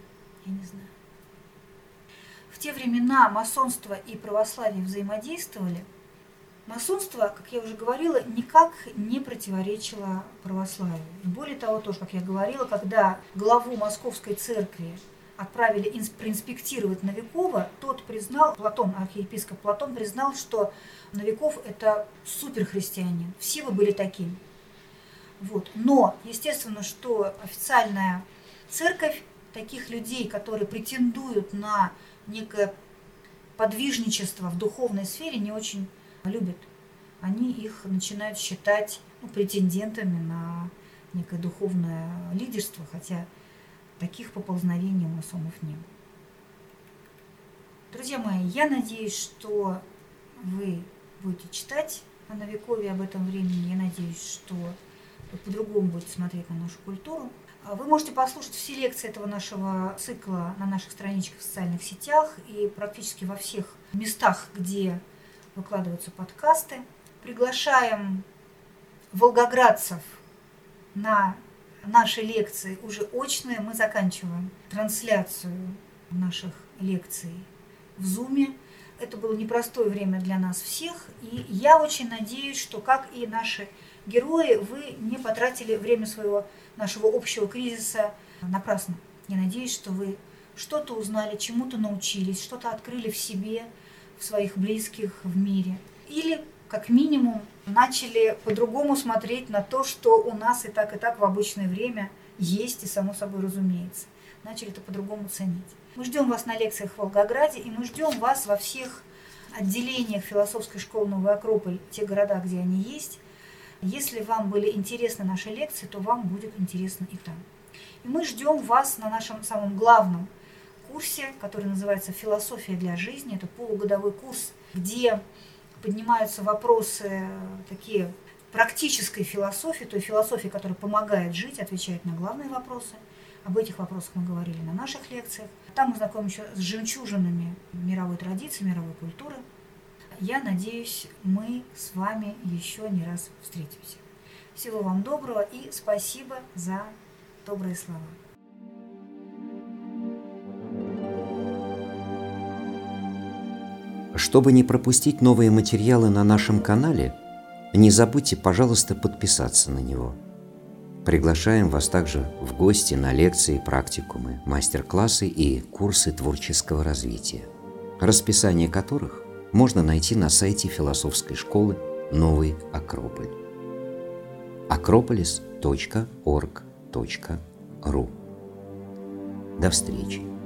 В те времена масонство и православие взаимодействовали. Масонство, как я уже говорила, никак не противоречило православию. Более того, тоже, как я говорила, когда главу Московской церкви отправили проинспектировать Новикова, тот признал, Платон, архиепископ Платон признал, что Новиков – это суперхристианин. Все вы были такими. Вот. Но, естественно, что официальная церковь таких людей, которые претендуют на некое подвижничество в духовной сфере, не очень любят. Они их начинают считать претендентами на некое духовное лидерство, хотя таких поползновений у масонов не было. Друзья мои, я надеюсь, что вы будете читать о Новикове, об этом времени. Я надеюсь, что вы по-другому будете смотреть на нашу культуру. Вы можете послушать все лекции этого нашего цикла на наших страничках в социальных сетях и практически во всех местах, где выкладываются подкасты. Приглашаем волгоградцев на наши лекции уже очные. Мы заканчиваем трансляцию наших лекций в Zoom. Это было непростое время для нас всех, и я очень надеюсь, что, как и наши герои, вы не потратили время нашего общего кризиса напрасно. Я надеюсь, что вы что-то узнали, чему-то научились, что-то открыли в себе, в своих близких, в мире. Или, как минимум, начали по-другому смотреть на то, что у нас и так в обычное время есть, и само собой разумеется. Начали это по-другому ценить. Мы ждем вас на лекциях в Волгограде, и мы ждем вас во всех отделениях философской школы «Новый Акрополь», в тех городах, где они есть. Если вам были интересны наши лекции, то вам будет интересно и там. И мы ждем вас на нашем самом главном курсе, который называется «Философия для жизни». Это полугодовой курс, где поднимаются вопросы такие практической философии, той философии, которая помогает жить, отвечает на главные вопросы. Об этих вопросах мы говорили на наших лекциях. Там мы знакомимся с жемчужинами мировой традиции, мировой культуры. Я надеюсь, мы с вами еще не раз встретимся. Всего вам доброго и спасибо за добрые слова. Чтобы не пропустить новые материалы на нашем канале, не забудьте, пожалуйста, подписаться на него. Приглашаем вас также в гости на лекции, практикумы, мастер-классы и курсы творческого развития, расписание которых можно найти на сайте философской школы «Новый Акрополь». acropolis.org.ru. До встречи!